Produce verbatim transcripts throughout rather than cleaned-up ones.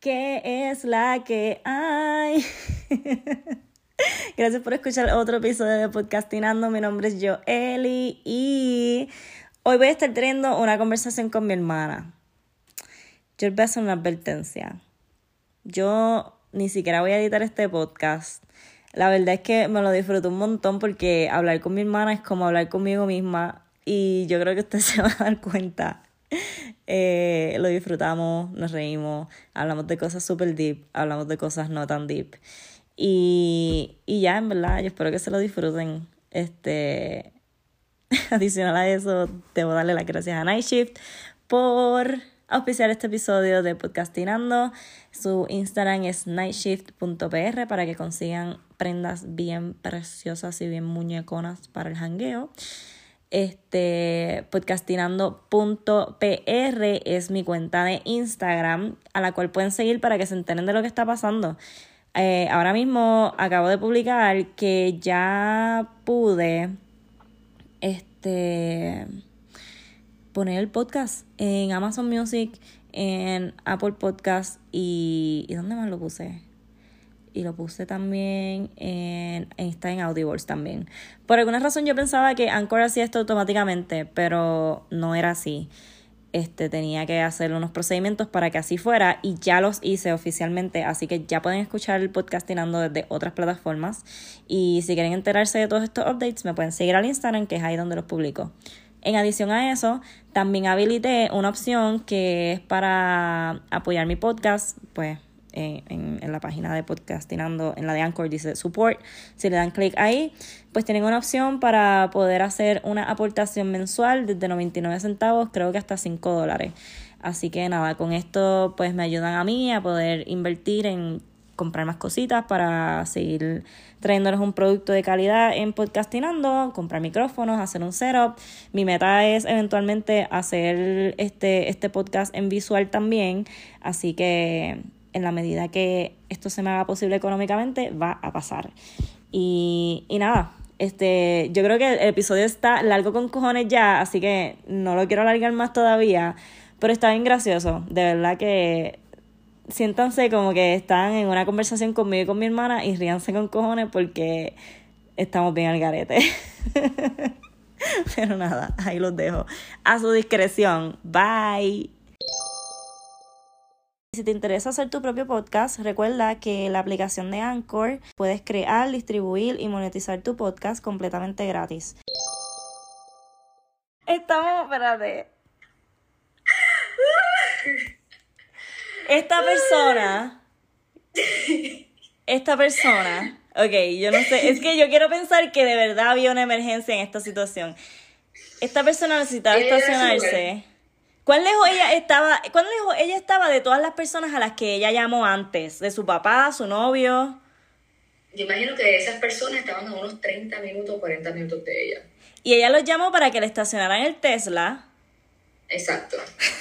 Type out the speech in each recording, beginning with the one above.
¿Qué es la que hay? Gracias por escuchar otro episodio de Podcastinando. Mi nombre es Joely y hoy voy a estar teniendo una conversación con mi hermana. Yo les voy a hacer una advertencia. Yo ni siquiera voy a editar este podcast. La verdad es que me lo disfruto un montón porque hablar con mi hermana es como hablar conmigo misma y yo creo que usted se va a dar cuenta. Eh, lo disfrutamos, nos reímos, hablamos de cosas super deep, hablamos de cosas no tan deep. Y, y ya, en verdad, yo espero que se lo disfruten. Este, adicional a eso, debo darle las gracias a Night Shift por auspiciar este episodio de Podcastinando. Su Instagram es nightshift punto p r para que consigan prendas bien preciosas y bien muñeconas para el jangueo. Este, podcastinando punto p r es mi cuenta de Instagram, a la cual pueden seguir para que se enteren de lo que está pasando. Eh, ahora mismo acabo de publicar que ya pude este, poner el podcast en Amazon Music, en Apple Podcast y... ¿y dónde más lo puse? Y lo puse también en... está en Audibles también. Por alguna razón yo pensaba que Anchor hacía esto automáticamente, pero no era así. Este, tenía que hacer unos procedimientos para que así fuera y ya los hice oficialmente, así que ya pueden escuchar el Podcastinando desde otras plataformas. Y si quieren enterarse de todos estos updates, me pueden seguir al Instagram, que es ahí donde los publico. En adición a eso, también habilité una opción que es para apoyar mi podcast, pues eh, en, en la página de Podcastinando, en la de Anchor dice Support. Si le dan clic ahí, pues tienen una opción para poder hacer una aportación mensual desde noventa y nueve centavos, creo que hasta cinco dólares. Así que nada, con esto pues me ayudan a mí a poder invertir en comprar más cositas para seguir trayéndoles un producto de calidad en Podcastinando, comprar micrófonos, hacer un setup. Mi meta es eventualmente hacer este, este podcast en visual también, así que en la medida que esto se me haga posible económicamente, va a pasar. Y, y nada, este, yo creo que el episodio está largo con cojones ya, así que no lo quiero alargar más todavía, pero está bien gracioso. De verdad que siéntanse como que están en una conversación conmigo y con mi hermana y ríanse con cojones porque estamos bien al garete. Pero nada, ahí los dejo. A su discreción. Bye. Si te interesa hacer tu propio podcast, recuerda que la aplicación de Anchor puedes crear, distribuir y monetizar tu podcast completamente gratis. Estamos, espérate. Esta persona, esta persona, ok, yo no sé, es que yo quiero pensar que de verdad había una emergencia en esta situación. Esta persona necesitaba estacionarse. ¿Cuán lejos ella estaba, cuán lejos ella estaba de todas las personas a las que ella llamó antes? ¿De su papá, su novio? Yo imagino que esas personas estaban a unos treinta minutos, cuarenta minutos de ella. Y ella los llamó para que le estacionaran el Tesla. Exacto.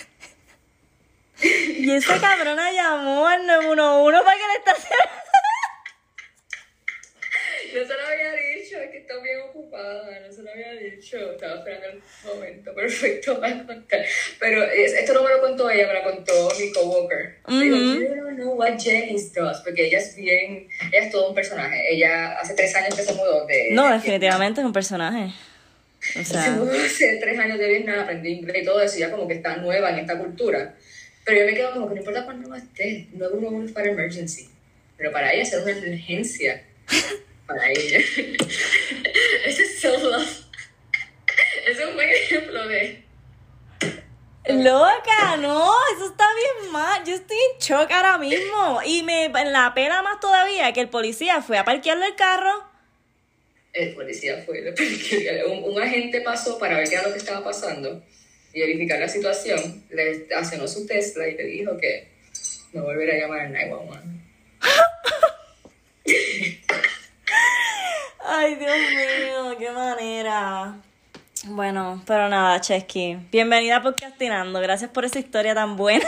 Y esa cabrona llamó al nueve uno uno para que le estacionaran. No se lo había dicho, es que está bien ocupada, no se lo había dicho. Estaba esperando el momento perfecto para contar. Pero es, esto no me lo contó ella, me lo contó mi coworker. Uh-huh. Digo, you don't know what Jenny does, porque ella es bien, ella es todo un personaje. Ella hace tres años que se mudó de... No, definitivamente es un personaje. O sea... Se mudó hace tres años de Vietnam, aprendí inglés y todo eso, ya como que está nueva en esta cultura. Pero yo me quedo como que no importa cuándo no esté, no es uno para emergency. Pero para ella es una emergencia. Para ella. Ese es so love. Ese es un buen ejemplo de... Loca, no, eso está bien mal. Yo estoy en shock ahora mismo. Y me la pena más todavía que el policía fue a parquearle el carro. El policía fue, un, un agente pasó para ver qué era lo que estaba pasando y verificar la situación. Le estacionó su Tesla y le dijo que no volvería a llamar al nueve uno uno. Ay, Dios mío, qué manera. Bueno, pero nada, Chesky, bienvenida a Podcastinando. Gracias por esa historia tan buena.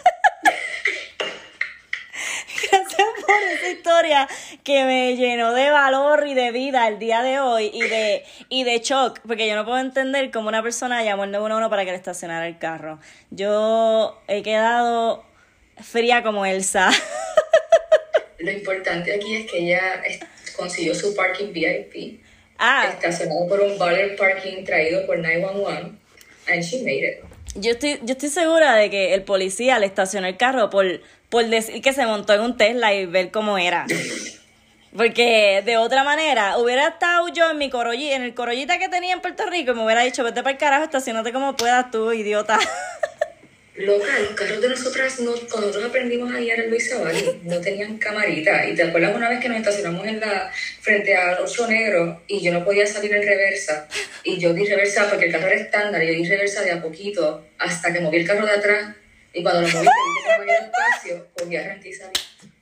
Gracias por esa historia que me llenó de valor y de vida el día de hoy y de, y de shock, porque yo no puedo entender cómo una persona llamó al nueve uno uno para que le estacionara el carro. Yo he quedado fría como Elsa. Lo importante aquí es que ella es- consiguió su parking V I P, Ah, estacionado por un valet parking traído por nueve once, and she made it. yo estoy, yo estoy segura de que el policía le estacionó el carro por, por decir que se montó en un Tesla y ver cómo era. Porque de otra manera, hubiera estado yo en mi Corolla, en el Corollita que tenía en Puerto Rico y me hubiera dicho, vete para el carajo, estacionate como puedas tú, idiota. Loca, los carros de nosotras, no, cuando nosotros aprendimos a guiar en Luis Zavali, no tenían camarita. Y te acuerdas una vez que nos estacionamos en la, frente al Ocho Negro y yo no podía salir en reversa. Y yo di reversa porque el carro era estándar y yo di reversa de a poquito hasta que moví el carro de atrás. Y cuando lo moví, que vi que no había espacio, cogí arranqué y salí.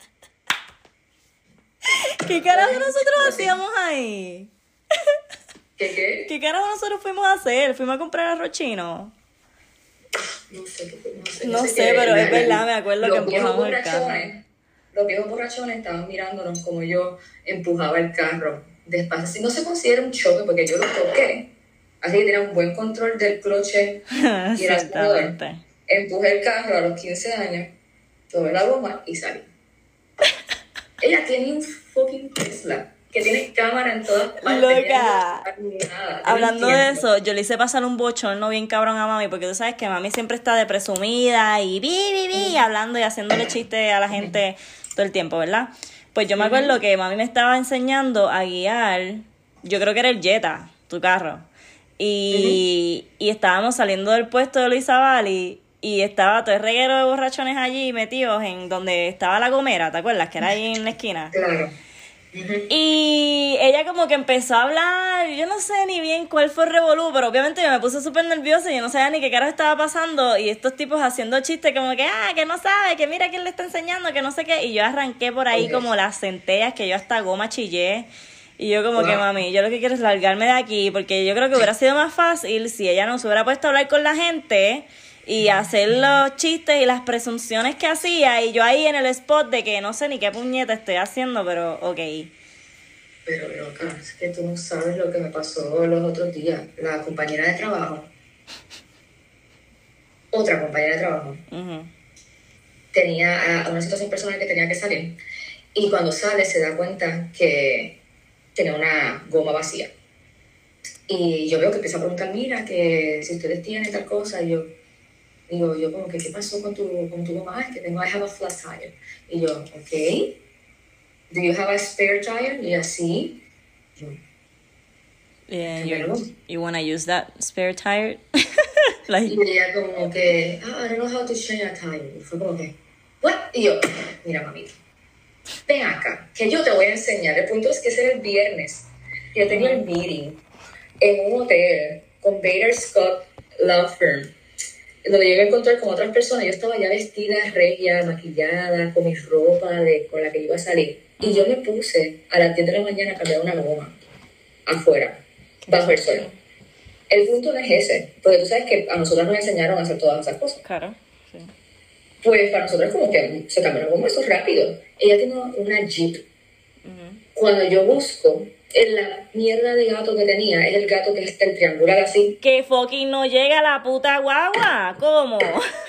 ¿Qué carajo nosotros hacíamos ahí? ¿Qué qué? ¿Qué carajo nosotros fuimos a hacer? ¿Fuimos a comprar arroz chino? No sé qué fuimos a hacer. No Yo sé, que pero la- es verdad, me acuerdo los que viejos empujamos el carro. borrachones- Los viejos borrachones estaban mirándonos como yo empujaba el carro despacio. Así no se considera un choque porque yo lo toqué. Así que tenía un buen control del cloche y el acelerador. Exactamente. Empujé el carro a los quince años, tomé la goma y salí. Ella tiene un fucking Tesla que tiene cámara en todas partes. Loca. Ella no sabe nada. Yo Hablando no de entiendo. eso, yo le hice pasar un bochorno bien cabrón a mami, porque tú sabes que mami siempre está de presumida y bi, bi, bi, hablando y haciéndole chistes a la gente todo el tiempo, ¿verdad? Pues yo me acuerdo que mami me estaba enseñando a guiar, yo creo que era el Jetta, tu carro, y, y estábamos saliendo del puesto de Luis Zavali y estaba todo el reguero de borrachones allí metidos en donde estaba la gomera, ¿te acuerdas? Que era ahí en la esquina. Claro. Ujú. Y ella como que empezó a hablar, yo no sé ni bien cuál fue el revolú, pero obviamente yo me puse súper nerviosa y yo no sabía ni qué carajo estaba pasando, y estos tipos haciendo chistes como que, ah, que no sabe, que mira quién le está enseñando, que no sé qué, y yo arranqué por ahí Ok. como las centellas, que yo hasta goma chillé, y yo como que, Wow. mami, yo lo que quiero es largarme de aquí, porque yo creo que hubiera sido más fácil si ella no se hubiera puesto a hablar con la gente y hacer los chistes y las presunciones que hacía, y yo ahí en el spot de que no sé ni qué puñeta estoy haciendo, pero ok. Pero loca, es que tú no sabes lo que me pasó los otros días. La compañera de trabajo, otra compañera de trabajo, Ujú. tenía a- una situación personal que tenía que salir. Y cuando sale se da cuenta que tenía una goma vacía. Y yo veo que empieza a preguntar, mira, que si ustedes tienen tal cosa. Y yo digo, yo como que, ¿qué pasó con tu, con tu goma? Ah, es que tengo, I have a flat tire. Y yo, ok. Do you have a spare tire? Y así. Yo, Yeah, Qué you, bueno. you wanna use that spare tire? Like, y ella como que, ah, I don't know how to change a tire. Y fue como que, what? Y yo, mira, mamita, ven acá, que yo te voy a enseñar. El punto es que ese era el viernes. Yo tenía el meeting en un hotel con Bader Scott Law Firm, donde yo iba a encontrar con otras personas. Yo estaba ya vestida, regia, maquillada, con mi ropa de, con la que iba a salir. Y yo me puse a las diez de la mañana a cambiar una goma afuera, bajo el sol. El punto no es ese, porque tú sabes que a nosotros nos enseñaron a hacer todas esas cosas. claro. Sí. Pues para nosotros es como que se cambió la goma, eso es rápido. Ella tiene una Jeep. Ujú. Cuando yo busco, en la mierda de gato que tenía, es el gato que está el triangular así. Que fucking no llega la puta guagua. ¿Cómo?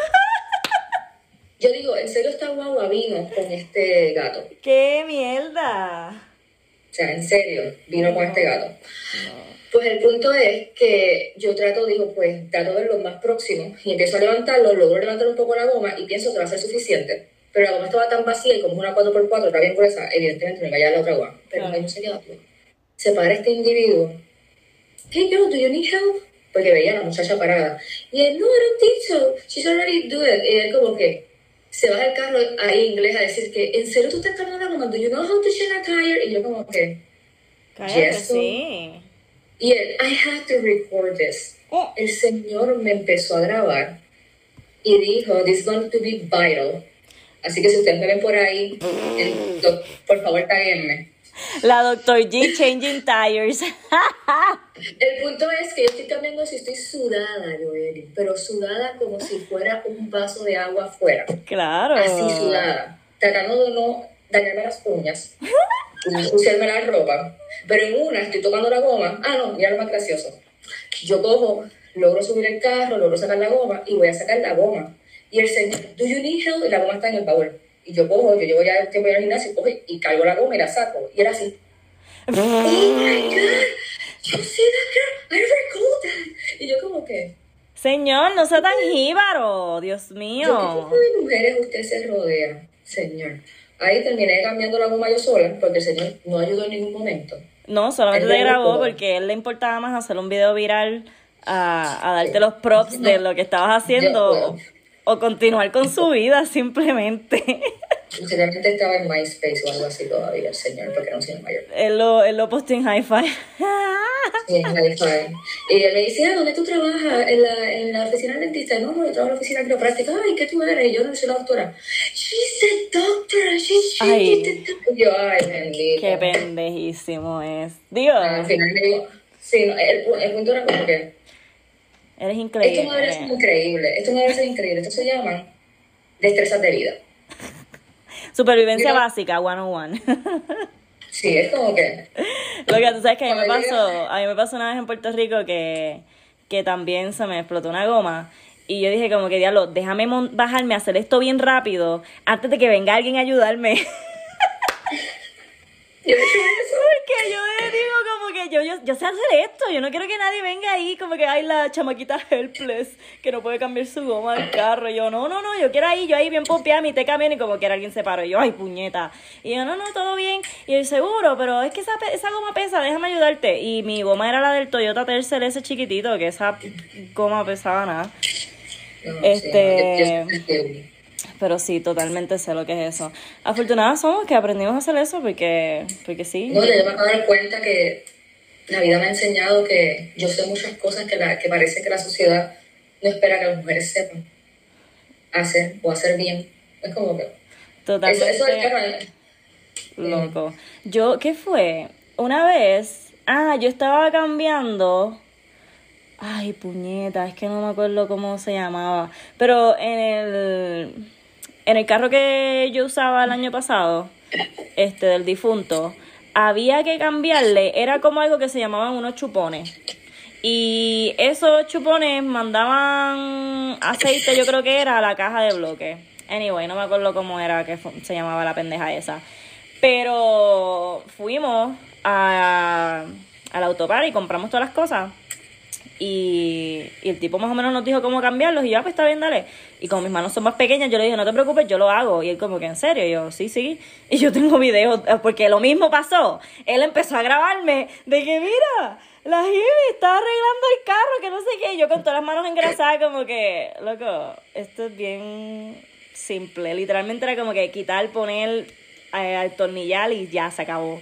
Yo digo, ¿en serio esta guagua vino con este gato? ¡Qué mierda! O sea, en serio, vino con este gato. Pues el punto es que yo trato, digo, pues trato de ver lo más próximo y empiezo a levantarlo, logro levantar un poco la goma y pienso que va a ser suficiente. Pero la goma estaba tan vacía y como es una cuatro por cuatro, está bien gruesa, evidentemente me vaya a la otra goma. Pero Claro. ahí no se queda tú. Se para este individuo. Hey girl, do you need help? Porque veía a la muchacha parada. Y él, no, I don't think so. She's already do it. Y él como que se baja el carro ahí en inglés a decir que, ¿en serio tú estás cargando la goma? Do you know how to change a tire? Y yo como que, Cállate, Yes, sí. y él, I have to record this. Oh. El señor me empezó a grabar y dijo, this is going to be vital. Así que si ustedes me ven por ahí, el doc- por favor, taguenme. La doctor G changing tires. El punto es que yo estoy cambiando si estoy sudada, Joely, pero sudada como si fuera un vaso de agua afuera. Claro. Así sudada, tratando de no dañarme las uñas, y ensuciarme la ropa. Pero en una estoy tocando la goma. Ah, no, mira lo más gracioso. Yo cojo, logro subir el carro, logro sacar la goma y voy a sacar la goma. Y el señor, ¿do you need help? Y la goma está en el baúl. Y yo cojo, yo llevo ya tiempo en el gimnasio, cojo y cargo la goma y la saco. Y era así. Oh my God, you see that girl? I recall that. Y yo como que... Señor, no sea tan jíbaro, Dios mío. ¿De qué tipo de mujeres usted se rodea, señor? Ahí terminé cambiando la goma yo sola, porque el señor no ayudó en ningún momento. No, solamente te grabó porque a él le importaba más hacer un video viral a, a darte los props de lo que estabas haciendo o, o continuar con su vida simplemente. Posiblemente estaba en MySpace o algo así todavía el señor, porque era un señor mayor. Él lo, él lo posteó en Hi-Fi. Sí, en Hi-Fi. Y él me decía, ¿dónde tú trabajas? En la, en la oficina del dentista. No, no, yo trabajo en la oficina quiropráctica. Ay, ¿qué tú eres? Y yo no soy la doctora. She's a doctor. She's Ay, the yo, ay, bendito. Qué pendejísimo es. Digo. Al final me digo, sí, no, el, el punto era como que... Eres increíble. Esto no debe ser increíble. Esto no debe ser increíble. Esto se llama destrezas de vida. Supervivencia Mira, básica, ciento uno. Sí, es como que... Lo que tú sabes que a mí me pasó, a mí me pasó una vez en Puerto Rico que, que también se me explotó una goma. Y yo dije como que, diablo, déjame bajarme a hacer esto bien rápido antes de que venga alguien a ayudarme. Yo he hecho eso. Porque yo digo como que yo, yo, yo sé hacer esto. Yo no quiero que nadie venga ahí como que hay la chamaquita helpless que no puede cambiar su goma del carro. Y yo, no, no, no, yo quiero ahí, yo ahí bien pompeada, mi te camino y como quiera alguien se paró. Y yo, ay, puñeta. Y yo, no, no, todo bien. Y yo, seguro, pero es que esa, esa goma pesa, déjame ayudarte. Y mi goma era la del Toyota Tercel ese chiquitito, que esa goma pesaba nada. No, este... Sí, no, yo, yo, yo, Pero sí, totalmente sé lo que es eso. Afortunadas somos que aprendimos a hacer eso porque, porque sí. No, yo me acabo de dar cuenta que la vida me ha enseñado que yo sé muchas cosas que, la, que parece que la sociedad no espera que las mujeres sepan hacer o hacer bien. Es como que... Totalmente. Eso, eso es que... Loco. Yo, ¿qué fue? Una vez, ah, yo estaba cambiando... Ay, puñeta, es que no me acuerdo cómo se llamaba. Pero en el... En el carro que yo usaba el año pasado, este, del difunto, había que cambiarle, era como algo que se llamaban unos chupones. Y esos chupones mandaban aceite, yo creo que era, a la caja de bloque. Anyway, no me acuerdo cómo era que se llamaba la pendeja esa. Pero fuimos a, al autopar y compramos todas las cosas. Y, y el tipo más o menos nos dijo cómo cambiarlos y yo, ah, pues está bien, dale. Y como mis manos son más pequeñas, yo le dije, no te preocupes, yo lo hago. Y él como que, ¿en serio? Y yo, sí, sí. Y yo tengo videos, porque lo mismo pasó. Él empezó a grabarme de que, mira, la Jibi está arreglando el carro, que no sé qué. Y yo con todas las manos engrasadas como que, loco, esto es bien simple. Literalmente era como que quitar, poner, eh, atornillar y ya, se acabó.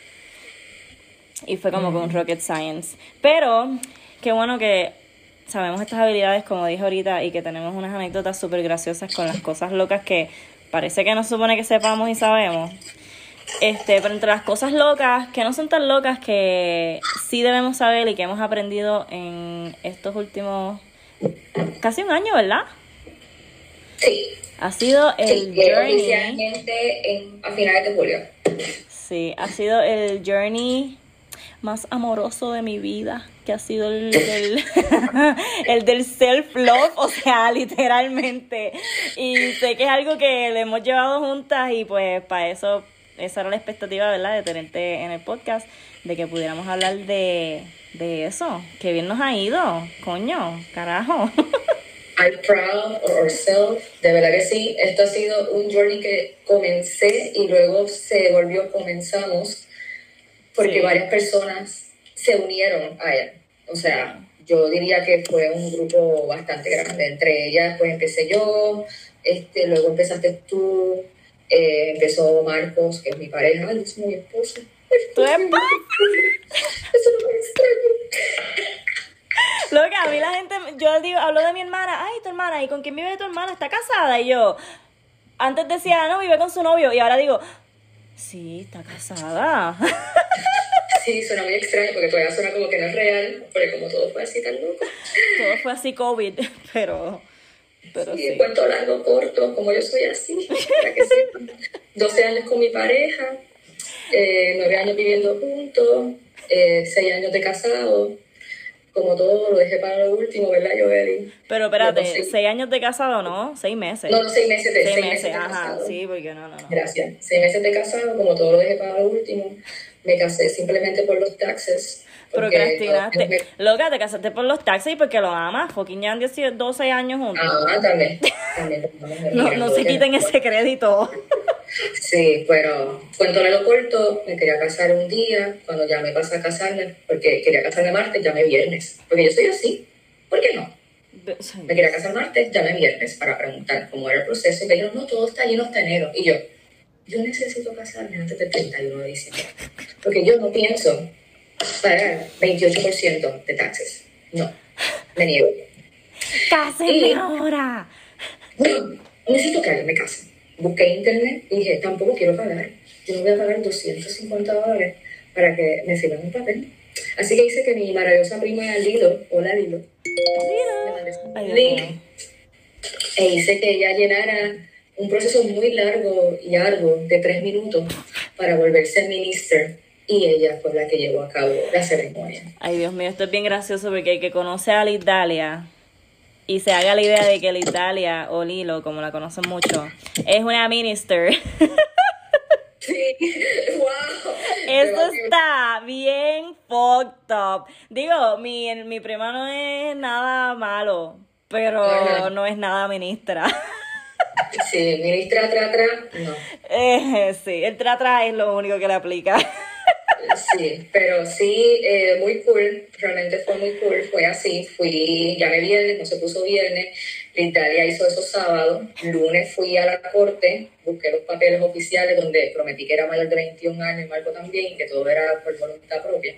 Y fue como mm. que un rocket science. Pero... Qué bueno que sabemos estas habilidades, como dije ahorita, y que tenemos unas anécdotas súper graciosas con las cosas locas que parece que nos supone que sepamos y sabemos. Este, pero entre las cosas locas, que no son tan locas, que sí debemos saber y que hemos aprendido en estos últimos casi un año, ¿verdad? Sí. Ha sido el sí, journey. Oficialmente en, a finales de julio. Sí, ha sido el journey más amoroso de mi vida, que ha sido el del, el del self-love, o sea, literalmente. Y sé que es algo que le hemos llevado juntas y pues para eso, esa era la expectativa, ¿verdad? De tenerte en el podcast, de que pudiéramos hablar de, de eso. Qué bien nos ha ido, coño, carajo. I'm proud of ourselves, de verdad que sí. Esto ha sido un journey que comencé y luego se volvió comenzamos. Porque sí. Varias personas se unieron a él. O sea, yo diría que fue un grupo bastante grande. Entre ellas, pues empecé yo, este, luego empezaste tú, eh, empezó Marcos, que es mi pareja. Ay, es mi esposo. ¿Tu esposo? Eso no me extraño. Loca, a mí la gente, yo digo, hablo de mi hermana. Ay, tu hermana, ¿y con quién vive tu hermana? ¿Está casada? Y yo, antes decía, no, vive con su novio. Y ahora digo... Sí, está casada. Sí, suena muy extraño porque todavía suena como que no es real, porque como todo fue así tan loco. Todo fue así COVID, pero... pero sí, sí. Cuento largo, corto, como yo soy así, para que sepan. doce años con mi pareja, eh, nueve años viviendo juntos, eh, seis años de casado, como todo, lo dejé para lo último, ¿verdad, Joeli? Pero espérate, ¿seis años de casado, no? ¿Seis meses? No, seis meses de, seis, seis meses, meses de ajá, casado. sí, porque no, no, no. Gracias. Seis meses de casado, como todo lo dejé para lo último. Me casé simplemente por los taxes. Procrastinaste. Me... Loca, te casaste por los taxes y porque lo amas. Fucking ya han doce años juntos. Ah, también. también no no se quiten ese crédito. Sí, pero cuento lo corto, me quería casar un día, cuando ya me pasé a casarme, porque quería casarme martes, llamé viernes. Porque yo soy así. ¿Por qué no? Me quería casar martes, llamé viernes para preguntar cómo era el proceso. Y me dijeron, no, todo está lleno hasta enero. Y yo, yo necesito casarme antes del treinta y uno de diciembre. Porque yo no pienso pagar veintiocho por ciento de taxes. No, me niego. ¡Cásenme ahora! Bueno, necesito que alguien me case. Busqué internet y dije, tampoco quiero pagar. Yo no voy a pagar doscientos cincuenta dólares para que me sirvan un papel. Así que hice que mi maravillosa prima Lilo, hola Lilo, le mandé un link e hice que ella llenara un proceso muy largo y arduo de tres minutos para volverse minister. Y ella fue la que llevó a cabo la ceremonia. Ay, Dios mío, esto es bien gracioso porque el que conoce a Liz Dalia y se haga la idea de que Liz Dalia, o Lilo, como la conocen mucho, es una minister. Sí, wow. Eso está bien fucked up. Digo, mi, mi prima no es nada malo, pero uh-huh. no es nada ministra. Sí, ministra tra tra, no. Eh, sí, el tra tra es lo único que le aplica. Sí, pero sí, eh, muy cool, realmente fue muy cool, fue así, fui, llamé viernes, no se puso viernes, Italia hizo eso sábado, lunes fui a la corte, busqué los papeles oficiales donde prometí que era mayor de veintiún años, Marco también, y que todo era por voluntad propia,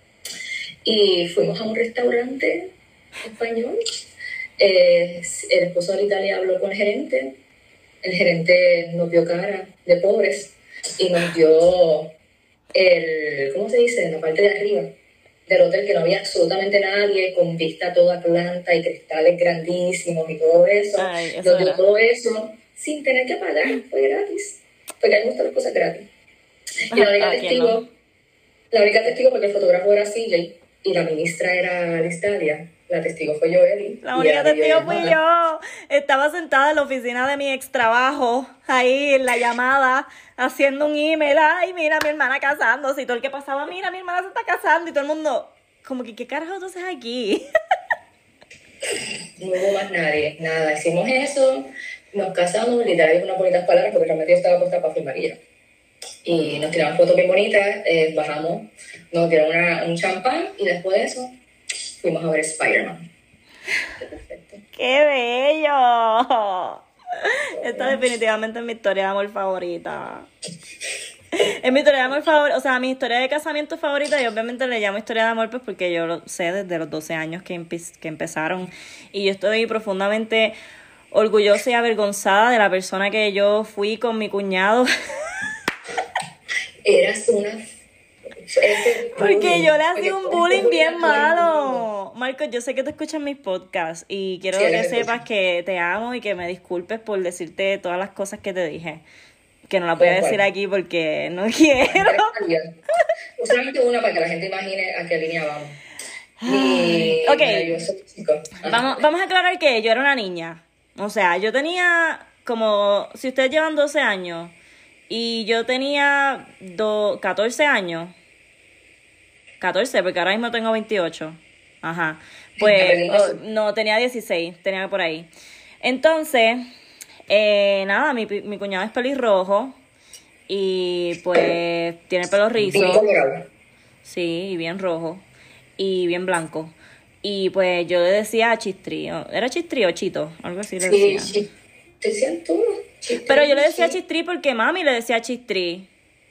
y fuimos a un restaurante español, eh, el esposo de Italia habló con el gerente, el gerente nos vio cara de pobres y nos dio el, ¿cómo se dice? En la parte de arriba del hotel, que no había absolutamente nadie, con vista a toda Atlanta y cristales grandísimos y todo eso. Ay, eso nos dio todo eso sin tener que pagar, fue gratis, porque a mí me gustan las cosas gratis. Y la única ah, testigo, no? la única testigo, porque el fotógrafo era C J y la ministra era Liz Dalia. La testigo fue Joeli. La única testigo fui yo. Estaba sentada en la oficina de mi ex trabajo, ahí en la llamada, haciendo un email. Ay, mira, mi hermana casándose. Y todo el que pasaba, mira, mi hermana se está casando. Y todo el mundo, como que, ¿qué carajo tú haces aquí? No hubo más nadie, nada. Hicimos eso, nos casamos, literal, unas bonitas palabras, porque realmente yo estaba puesta para firmar y Y nos tiramos fotos bien bonitas, eh, bajamos, nos dieron una, un champán y después de eso fuimos a ver Spider-Man. Perfecto. ¡Qué bello! Esta definitivamente es mi historia de amor favorita. Es mi historia de amor favorita, o sea, mi historia de casamiento favorita, y obviamente le llamo historia de amor pues porque yo lo sé desde los doce años que, empe- que empezaron. Y yo estoy profundamente orgullosa y avergonzada de la persona que yo fui con mi cuñado. Eras una... Porque yo le hacía un bullying bien malo. Marcos, yo sé que tú escuchas mis podcasts y quiero sí, que sepas que te amo y que me disculpes por decirte todas las cosas que te dije. Que no las voy a decir bueno. aquí porque no quiero. Solamente una para que la gente imagine a qué línea vamos. Mi, ok, vamos, vamos a aclarar que yo era una niña. O sea, yo tenía como, si ustedes llevan doce años y yo tenía do, catorce años. catorce, porque ahora mismo tengo veintiocho. Ajá. Pues, oh, no, tenía dieciséis, tenía por ahí. Entonces, eh, nada, mi, mi cuñado es pelirrojo y pues tiene el pelo rizo. Sí, y bien rojo y bien blanco. Y pues yo le decía Chistri, ¿era Chistri o Chito? Algo así le decía. Sí, te decían tú. Chistri, pero yo le decía sí. Chistri porque mami le decía Chistri.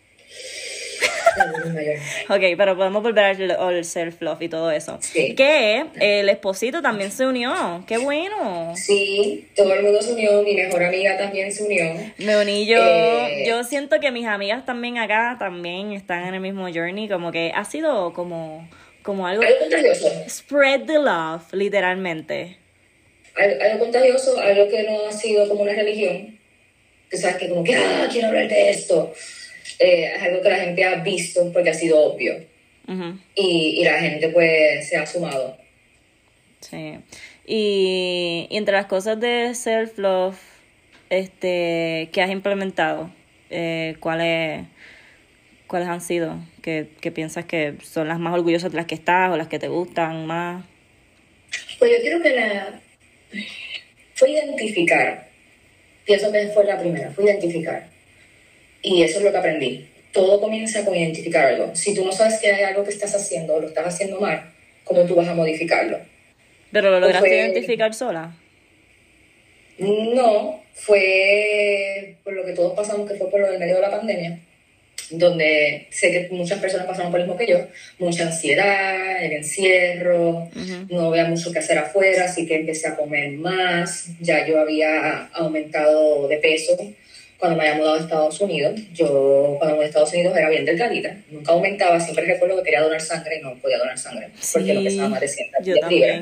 Ok, pero podemos volver al, al self-love y todo eso. Sí. Que el esposito también se unió. ¡Qué bueno! Sí, todo el mundo se unió. Mi mejor amiga también se unió. Me uní yo. Eh... Yo siento que mis amigas también acá también están en el mismo journey. Como que ha sido como, como algo... Algo contagioso. Spread the love, literalmente. Algo, algo contagioso, algo que no ha sido como una religión. Que sabes que como que, ah, quiero hablar de esto. Eh, es algo que la gente ha visto porque ha sido obvio. Uh-huh. y, y la gente pues se ha sumado. Sí. Y, y entre las cosas de self-love, este, que has implementado, eh, ¿cuáles, cuáles han sido? ¿Qué, qué piensas que son las más orgullosas de las que estás o las que te gustan más? Pues yo creo que la... fue identificar. Pienso que fue la primera, fue identificar. Y eso es lo que aprendí. Todo comienza con identificar algo. Si tú no sabes que hay algo que estás haciendo o lo estás haciendo mal, ¿cómo tú vas a modificarlo? ¿Pero lo lograste fue... identificar sola? No, fue por lo que todos pasamos, que fue por lo del medio de la pandemia, donde sé que muchas personas pasaron por lo mismo que yo, mucha ansiedad, el encierro, uh-huh. no había mucho que hacer afuera, así que empecé a comer más, ya yo había aumentado de peso cuando me había mudado a Estados Unidos. Yo cuando me mudé a Estados Unidos era bien delgadita, nunca aumentaba, siempre recuerdo que quería donar sangre y no podía donar sangre, porque sí, no pesaba más de cien libras.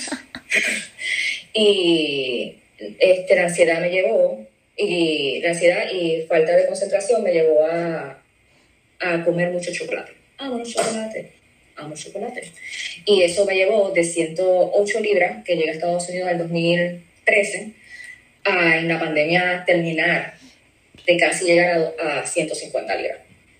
Y este, la ansiedad me llevó, y la ansiedad y falta de concentración me llevó a, a comer mucho chocolate. Amo el chocolate, amo el chocolate. Y eso me llevó de ciento ocho libras, que llegué a Estados Unidos en el dos mil trece, a en la pandemia terminar de casi llegar a, a ciento cincuenta libras.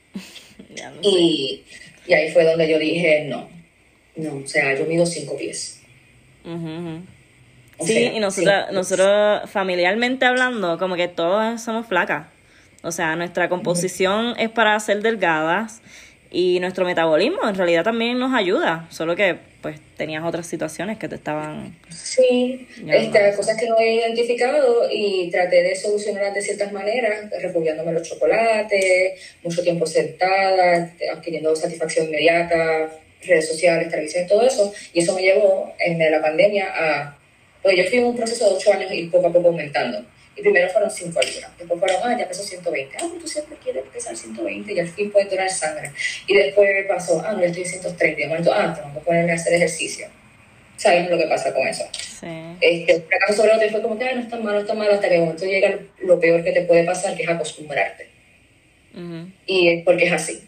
Ya no sé. y, y ahí fue donde yo dije, no, no, o sea, yo mido cinco pies. Uh-huh. Sí, sea, y nosotros, sí. nosotros familiarmente hablando, como que todos somos flacas. O sea, nuestra composición uh-huh. es para ser delgadas y nuestro metabolismo en realidad también nos ayuda, solo que pues tenías otras situaciones que te estaban... Sí, este, cosas que no he identificado y traté de solucionarlas de ciertas maneras, refugiándome en los chocolates, mucho tiempo sentada, adquiriendo satisfacción inmediata, redes sociales, televisión y todo eso, y eso me llevó en la pandemia a... Pues yo fui en un proceso de ocho años y poco a poco aumentando. Y primero fueron cinco libras, después fueron, ah, ya pesó ciento veinte. Ah, pues tú siempre quieres pesar ciento veinte y al fin puedes donar sangre. Y después pasó, ah, no, yo estoy en ciento treinta. Y de momento, ah, tengo que ponerme a hacer ejercicio. ¿Sabes lo que pasa con eso? Sí. Este, un fracaso sobre otro y fue como que, ah, no está mal, no está mal, hasta que de momento llega lo peor que te puede pasar, que es acostumbrarte. Uh-huh. Y es porque es así.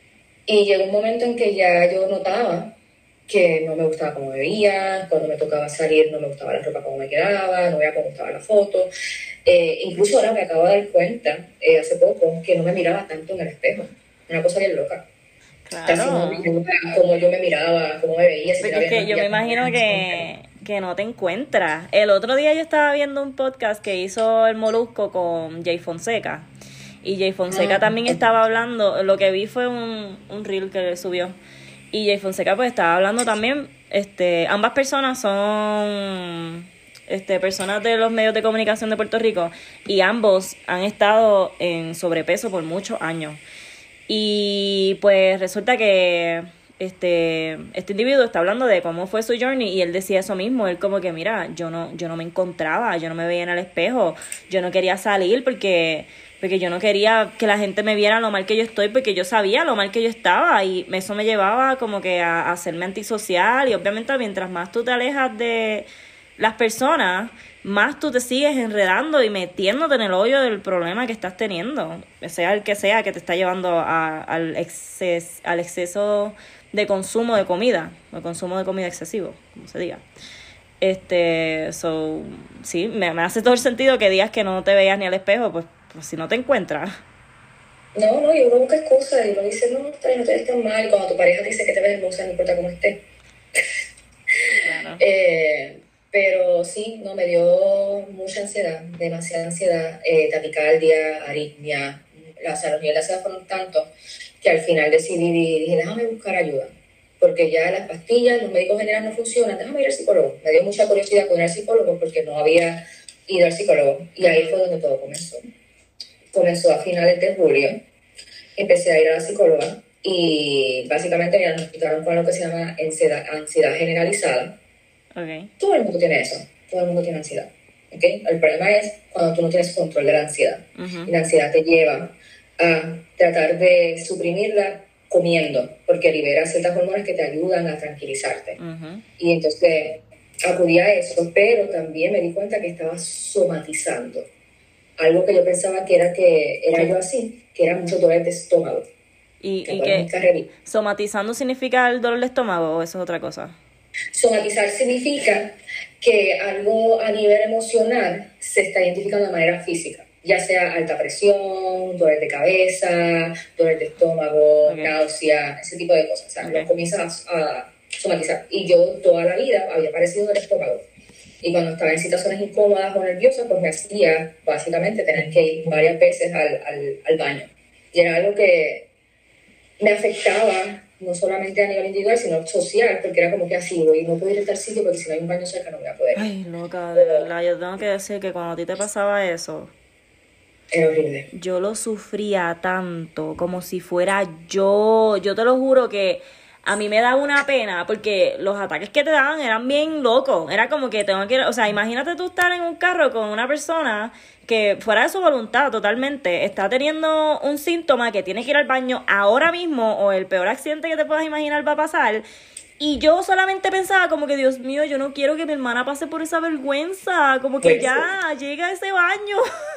Y llegó un momento en que ya yo notaba que no me gustaba cómo me veía, cuando me tocaba salir no me gustaba la ropa como me quedaba, no veía cómo estaba la foto. Eh, incluso ahora me acabo de dar cuenta, eh, hace poco, que no me miraba tanto en el espejo. Una cosa bien loca. Claro. Casi no me miraba cómo yo me miraba, cómo me veía. Si Porque es que yo me imagino que, que no te encuentras. El otro día yo estaba viendo un podcast que hizo el Molusco con Jay Fonseca. Y Jay Fonseca ah, también estaba hablando, lo que vi fue un, un reel que subió. Y Jay Fonseca pues estaba hablando también, este, ambas personas son este, personas de los medios de comunicación de Puerto Rico y ambos han estado en sobrepeso por muchos años. Y pues resulta que este, este individuo está hablando de cómo fue su journey y él decía eso mismo, él como que mira, yo no, yo no me encontraba, yo no me veía en el espejo, yo no quería salir porque... porque yo no quería que la gente me viera lo mal que yo estoy, porque yo sabía lo mal que yo estaba y eso me llevaba como que a, a hacerme antisocial y obviamente mientras más tú te alejas de las personas, más tú te sigues enredando y metiéndote en el hoyo del problema que estás teniendo, sea el que sea que te está llevando a, al, exces, al exceso de consumo de comida, o consumo de comida excesivo, como se diga. Este, so, sí, me, me hace todo el sentido que digas que no te veas ni al espejo, pues pues si no te encuentras. No, no, y uno busca excusas y uno dice, no, está bien, no te ves tan mal. Cuando tu pareja te dice que te ves hermosa, no importa cómo estés. Claro. eh, pero sí, no, me dio mucha ansiedad, demasiada ansiedad, eh, taquicardia, aritmia. O sea, los niveles de ansiedad fueron tantos que al final decidí, dije, déjame buscar ayuda. Porque ya las pastillas, los médicos generales no funcionan, déjame ir al psicólogo. Me dio mucha curiosidad con ir al psicólogo porque no había ido al psicólogo. Y ahí fue donde todo comenzó. Comenzó a finales de julio, empecé a ir a la psicóloga y básicamente me diagnosticaron con lo que se llama ansiedad, ansiedad generalizada. Okay. Todo el mundo tiene eso, todo el mundo tiene ansiedad. ¿Okay? El problema es cuando tú no tienes control de la ansiedad. Uh-huh. Y la ansiedad te lleva a tratar de suprimirla comiendo, porque libera ciertas hormonas que te ayudan a tranquilizarte. Uh-huh. Y entonces acudí a eso, pero también me di cuenta que estaba somatizando. Algo que yo pensaba que era que era yo así, que era mucho dolor de estómago. ¿Y, y que somatizando significa el dolor de estómago o eso es otra cosa? Somatizar significa que algo a nivel emocional se está identificando de manera física, ya sea alta presión, dolor de cabeza, dolor de estómago, Okay. náusea, ese tipo de cosas. O sea, Okay. lo comienzas a, a somatizar. Y yo toda la vida había padecido del estómago. Y cuando estaba en situaciones incómodas o nerviosas, pues me hacía básicamente tener que ir varias veces al, al, al baño. Y era algo que me afectaba no solamente a nivel individual, sino social, porque era como que así, voy, no puedo ir a tal sitio porque si no hay un baño cerca no voy a poder ir. Ay, loca, de verdad, yo tengo que decir que cuando a ti te pasaba eso, Era horrible. yo lo sufría tanto, como si fuera yo. Yo te lo juro que a mí me daba una pena, porque los ataques que te daban eran bien locos. Era como que tengo que... O sea, imagínate tú estar en un carro con una persona que fuera de su voluntad totalmente está teniendo un síntoma que tiene que ir al baño ahora mismo, o el peor accidente que te puedas imaginar va a pasar. Y yo solamente pensaba como que, Dios mío, yo no quiero que mi hermana pase por esa vergüenza. Como que Pues, ya, llega a ese baño.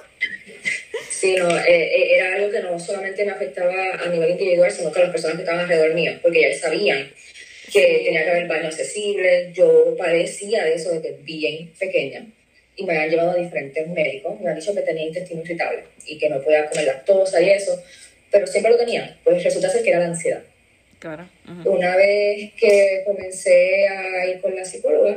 sí, no, eh, eh, era algo que no solamente me afectaba a nivel individual, sino que a las personas que estaban alrededor mío, porque ya sabían que Sí. tenía que haber baño accesible. Yo padecía de eso desde bien pequeña y me habían llevado a diferentes médicos. Me han dicho que tenía intestino irritable y que no podía comer lactosa y eso, pero siempre lo tenía. Pues resulta ser que era la ansiedad. Claro. Uh-huh. Una vez que comencé a ir con la psicóloga,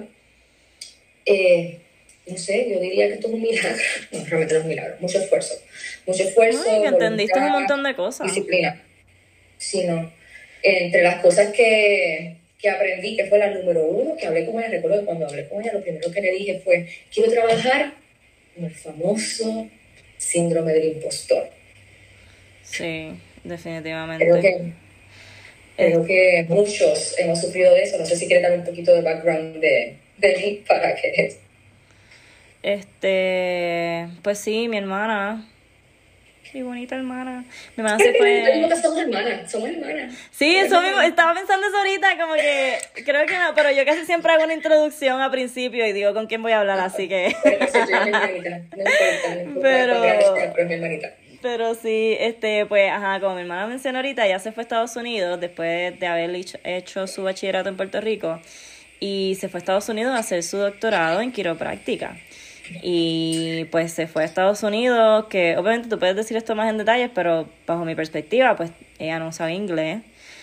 eh, no sé, yo diría que esto es un milagro. No, realmente no es un milagro. Mucho esfuerzo. Mucho esfuerzo, Ay, que entendiste un voluntad, montón de cosas. disciplina. Sino, entre las cosas que, que aprendí, que fue la número uno, que hablé con ella, recuerdo que cuando hablé con ella, lo primero que le dije fue, quiero trabajar con el famoso síndrome del impostor. Sí, Creo definitivamente. que, Es- creo que muchos hemos sufrido de eso. No sé si quieres dar un poquito de background de, de mí para que... Este, pues sí, mi hermana, mi bonita hermana. Mi hermana se fue. Somos hermanas, somos hermanas. Sí, eso mismo, estaba pensando eso ahorita, como que creo que no, pero yo casi siempre hago una introducción al principio y digo con quién voy a hablar, así que. Pero por cierto, ella es mi hermanita, no importa, no importa Pero, cuán grande sea, pero es mi hermanita. pero sí, este, pues, ajá, como mi hermana mencionó ahorita, ella se fue a Estados Unidos después de haber hecho, hecho su bachillerato en Puerto Rico y se fue a Estados Unidos a hacer su doctorado en quiropráctica. Y pues se fue a Estados Unidos, que obviamente tú puedes decir esto más en detalles, pero bajo mi perspectiva, pues ella no sabe inglés.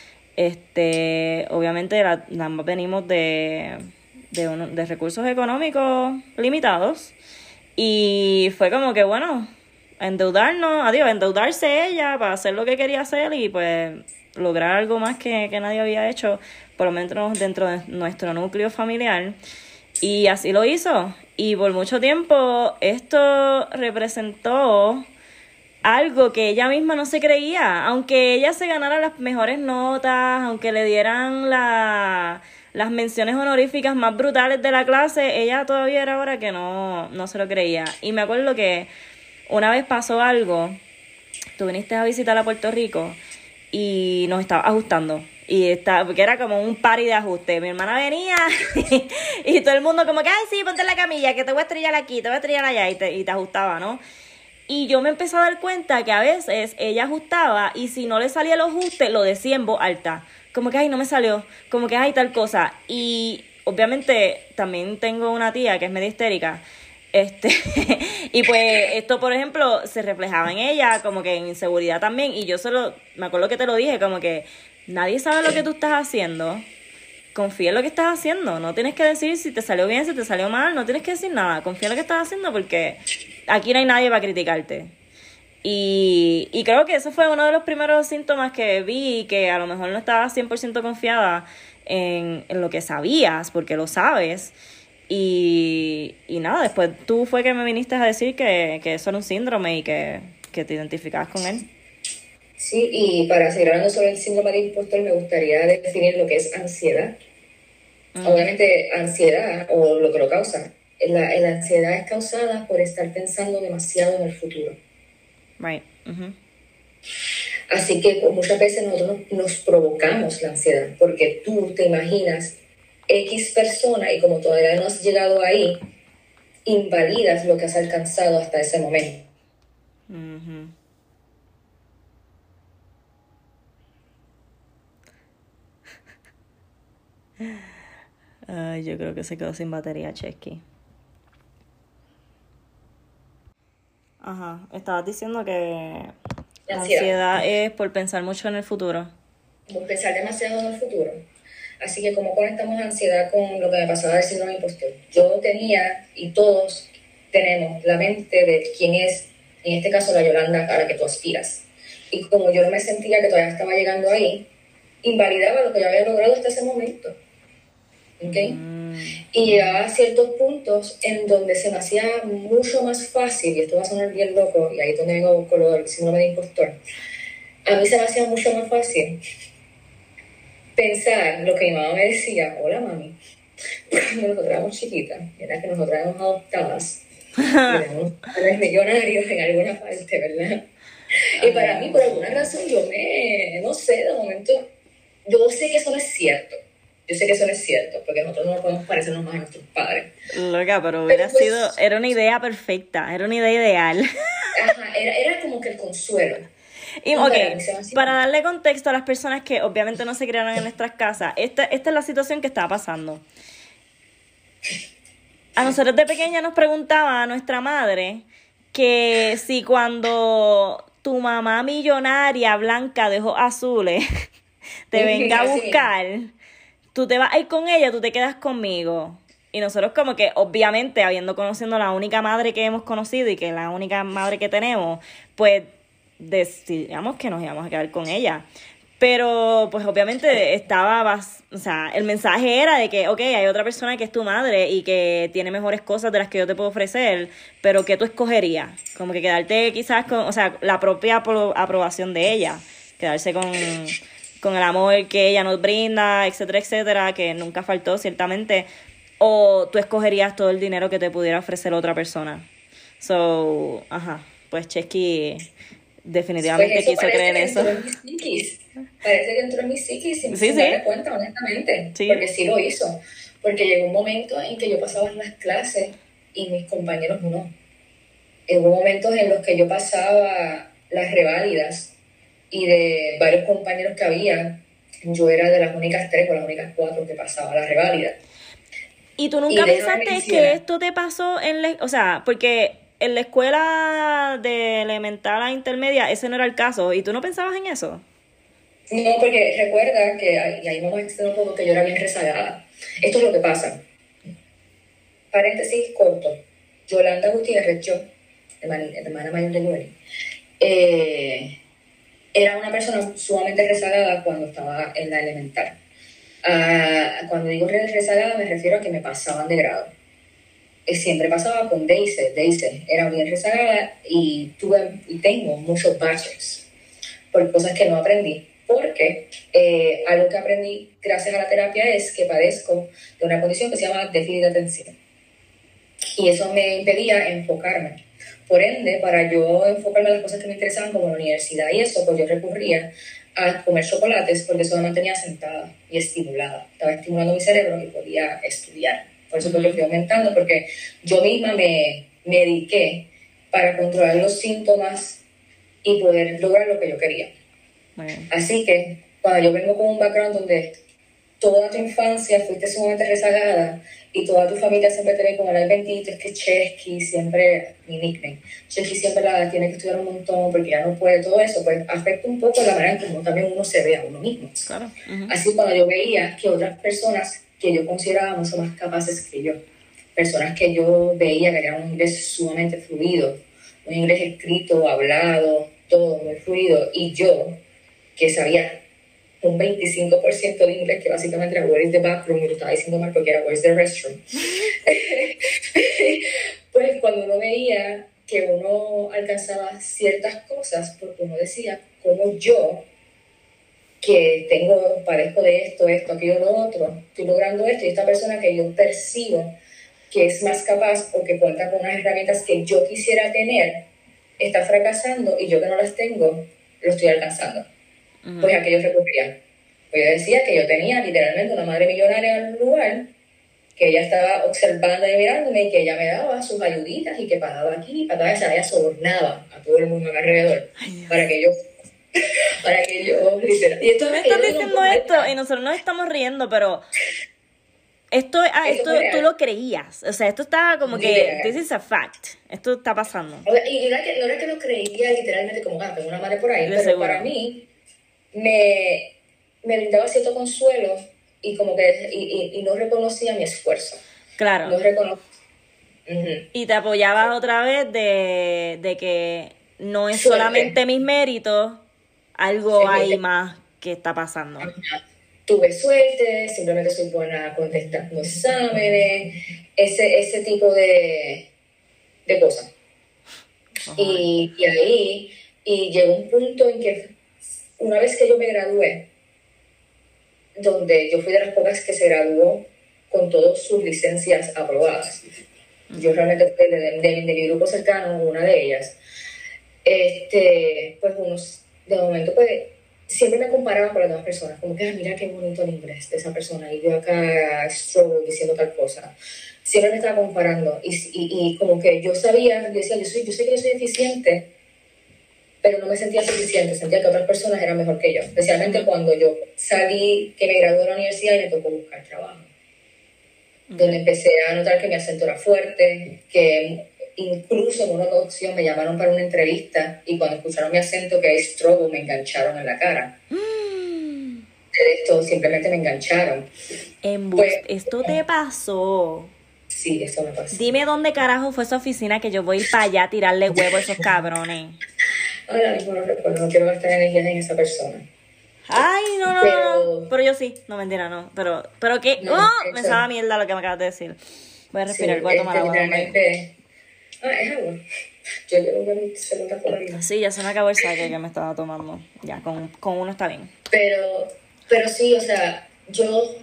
Este, obviamente la, ambas venimos de, de, uno, de recursos económicos limitados. Y fue como que, bueno, endeudarnos, adiós, endeudarse ella para hacer lo que quería hacer y pues lograr algo más que, que nadie había hecho, por lo menos dentro de nuestro núcleo familiar. Y así lo hizo. Y por mucho tiempo esto representó algo que ella misma no se creía. Aunque ella se ganara las mejores notas, aunque le dieran la, las menciones honoríficas más brutales de la clase, ella todavía era ahora que no, no se lo creía. Y me acuerdo que una vez pasó algo, tú viniste a visitar a Puerto Rico y nos estaba ajustando. Y está, porque era como un party de ajuste. Mi hermana venía y, y todo el mundo como que, ay, sí, ponte en la camilla, que te voy a estrellar aquí, te voy a estrellar allá, y te, y te ajustaba, ¿no? Y yo me empecé a dar cuenta que a veces ella ajustaba y si no le salía el ajuste, lo decía en voz alta. Como que, ay, no me salió. Como que, ay, tal cosa. Y obviamente también tengo una tía que es medio histérica. Este, y pues esto, por ejemplo, se reflejaba en ella, como que en inseguridad también. Y yo solo, me acuerdo que te lo dije, como que nadie sabe lo que tú estás haciendo. Confía en lo que estás haciendo. No tienes que decir si te salió bien, si te salió mal. No tienes que decir nada. Confía en lo que estás haciendo porque aquí no hay nadie para criticarte. Y, y creo que eso fue uno de los primeros síntomas que vi, que a lo mejor no estabas cien por ciento confiada en, en lo que sabías, porque lo sabes. Y, y nada, después tú fue que me viniste a decir que, que eso era un síndrome y que, que te identificabas con él. Sí, y para seguir hablando sobre el síndrome de impostor, me gustaría definir lo que es ansiedad. Uh-huh. Obviamente, ansiedad, o lo que lo causa, la, la ansiedad es causada por estar pensando demasiado en el futuro. Right. Uh-huh. Así que pues, muchas veces nosotros nos, nos provocamos la ansiedad, porque tú te imaginas X persona y como todavía no has llegado ahí, invalidas lo que has alcanzado hasta ese momento. Uh-huh. Ay, yo creo que se quedó sin batería, Chesky. Ajá, estabas diciendo que la Ansiedad. ansiedad es por pensar mucho en el futuro. Por pensar demasiado en el futuro. Así que como conectamos ansiedad con lo que me pasaba del síndrome impostor. Yo tenía, y todos tenemos, la mente de quién es, en este caso la Yolanda a la que tú aspiras. Y como yo no me sentía que todavía estaba llegando ahí, invalidaba lo que yo había logrado hasta ese momento. ¿Ok? Mm. Y llegaba a ciertos puntos en donde se me hacía mucho más fácil, y esto va a sonar bien loco, y ahí es donde vengo con lo del síndrome de impostor. A mí se me hacía mucho más fácil pensar lo que mi mamá me decía. Hola, mami. Cuando nosotros éramos chiquitas, era que nosotros éramos adoptadas, éramos padres millonarios en alguna parte, ¿verdad? Y para mí, por alguna razón, yo me, no sé, de momento, yo sé que eso no es cierto. Yo sé que eso no es cierto, porque nosotros no podemos parecernos más a nuestros padres. Loca, pero hubiera pero pues, sido, era una idea perfecta, era una idea ideal. Ajá, era, era como que el consuelo. Y, ok, para darle contexto a las personas que obviamente no se criaron en nuestras casas, esta, esta es la situación que estaba pasando. A nosotros de pequeña nos preguntaba a nuestra madre que si cuando tu mamá millonaria blanca de ojos azules te venga a buscar, tú te vas a ir con ella, tú te quedas conmigo. Y nosotros como que obviamente habiendo conocido la única madre que hemos conocido y que es la única madre que tenemos, pues decidíamos que nos íbamos a quedar con ella. Pero pues obviamente estaba, o sea, el mensaje era de que, ok, hay otra persona que es tu madre y que tiene mejores cosas de las que yo te puedo ofrecer, pero ¿qué tú escogerías? Como que quedarte quizás con, o sea, la propia apro- aprobación de ella, quedarse con, con el amor que ella nos brinda, etcétera, etcétera, que nunca faltó ciertamente, o tú escogerías todo el dinero que te pudiera ofrecer otra persona. So, ajá, pues Chesky definitivamente pues quiso creer en eso. Parece que entró en mi psiquis sin, sí, sin sí. darme cuenta, honestamente. Sí. Porque sí lo hizo. Porque llegó un momento en que yo pasaba en las clases y mis compañeros no. Hubo momentos en los que yo pasaba las reválidas y de varios compañeros que había, yo era de las únicas tres o las únicas cuatro que pasaba las reválidas. ¿Y tú nunca y pensaste que esto te pasó en la... O sea, porque en la escuela de elemental a intermedia ese no era el caso. ¿Y tú no pensabas en eso? No, porque recuerda que, y ahí vamos a extender un poco, que yo era bien rezagada. Esto es lo que pasa. Paréntesis corto. Yolanda Gutiérrez, yo, hermana, hermana mayor de Yoli, eh, era una persona sumamente rezagada cuando estaba en la elemental. Uh, cuando digo rezagada me refiero a que me pasaban de grado. Eh, siempre pasaba con Daisy. Daisy era bien rezagada y tuve y tengo muchos baches por cosas que no aprendí. Porque eh, algo que aprendí gracias a la terapia es que padezco de una condición que se llama déficit de atención. Y eso me impedía enfocarme. Por ende, para yo enfocarme en las cosas que me interesaban, como la universidad y eso, pues yo recurría a comer chocolates porque eso me mantenía sentada y estimulada. Estaba estimulando mi cerebro y podía estudiar. Por eso pues, yo fui aumentando, porque yo misma me mediqué para controlar los síntomas y poder lograr lo que yo quería. Bueno. Así que cuando yo vengo con un background donde toda tu infancia fuiste sumamente rezagada y toda tu familia siempre te ve como el bendito, es que Chesky siempre, mi nickname, Chesky siempre la tiene que estudiar un montón porque ya no puede, todo eso, pues afecta un poco la manera en cómo también uno se ve a uno mismo. Claro. Uh-huh. Así cuando yo veía que otras personas que yo consideraba mucho más capaces que yo, personas que yo veía que tenían un inglés sumamente fluido, un inglés escrito, hablado, todo muy fluido, y yo que sabía un veinticinco por ciento de inglés, que básicamente era where is the bathroom, y lo estaba diciendo mal porque era where is the restroom. Pues cuando uno veía que uno alcanzaba ciertas cosas, porque uno decía, como yo, que tengo, padezco de esto, esto, aquello, lo otro, estoy logrando esto, y esta persona que yo percibo que es más capaz o que cuenta con unas herramientas que yo quisiera tener, está fracasando y yo que no las tengo, lo estoy alcanzando. Uh-huh. Pues a qué yo recurría. Pues yo decía que yo tenía literalmente una madre millonaria en un lugar, que ella estaba observando y mirándome y que ella me daba sus ayuditas y que pagaba aquí y pagaba allá, ella sobornaba a todo el mundo a mi alrededor. Ay, para que yo para que yo literal. Y esto me estás diciendo esto y nosotros nos estamos riendo, pero Esto, ah, Eso esto fue real. tú lo creías. O sea, esto estaba como que, Literal. this is a fact. Esto está pasando. O sea, y no era, que, no era que lo creía literalmente como, ah, tengo una madre por ahí, De pero seguro. para mí me, me brindaba cierto consuelo y como que y, y, y no reconocía mi esfuerzo. Claro. No reconocía. Uh-huh. Y te apoyabas otra vez de, de que no es Suerte. solamente mis méritos, algo Sí, hay sí. más que está pasando. Ajá. Tuve suerte, simplemente soy buena contestando exámenes, ese, ese tipo de, de cosas. Ajá. Y, y ahí, y llegó un punto en que una vez que yo me gradué, donde yo fui de las pocas que se graduó con todas sus licencias aprobadas. Yo realmente fui de, de, de, de mi grupo cercano, una de ellas. Este, pues unos, de momento, pues, siempre me comparaba con las demás personas, como que, ah, mira qué bonito el inglés de esa persona, y yo acá struggle diciendo tal cosa. Siempre me estaba comparando, y, y, y como que yo sabía, yo decía, yo, soy, yo sé que yo soy eficiente, pero no me sentía suficiente, sentía que otras personas eran mejor que yo, especialmente uh-huh. cuando yo salí, que me gradué de la universidad y me tocó buscar trabajo. Uh-huh. Donde empecé a notar que mi acento era fuerte, que incluso en una ocasión me llamaron para una entrevista y cuando escucharon mi acento que es struggle me engancharon en la cara. Mm. De esto simplemente me engancharon. Embust- pues, ¿esto te pasó? Sí, eso me pasó. Dime dónde carajo fue esa oficina que yo voy a ir para allá a tirarle huevo a esos cabrones. Ahora mismo no recuerdo, no quiero gastar energías en esa persona. Ay, no, no, pero, no, no, pero yo sí, no, mentira, no, pero, pero que, no, oh, eso, me sabe a mierda lo que me acabas de decir. Voy a respirar, sí, voy a tomar agua. Literalmente, ah, es agua. Yo llevo mi segunda colorida. Sí, ya se me acabó el saque que me estaba tomando. Ya, con, con uno está bien. Pero, pero sí, o sea, yo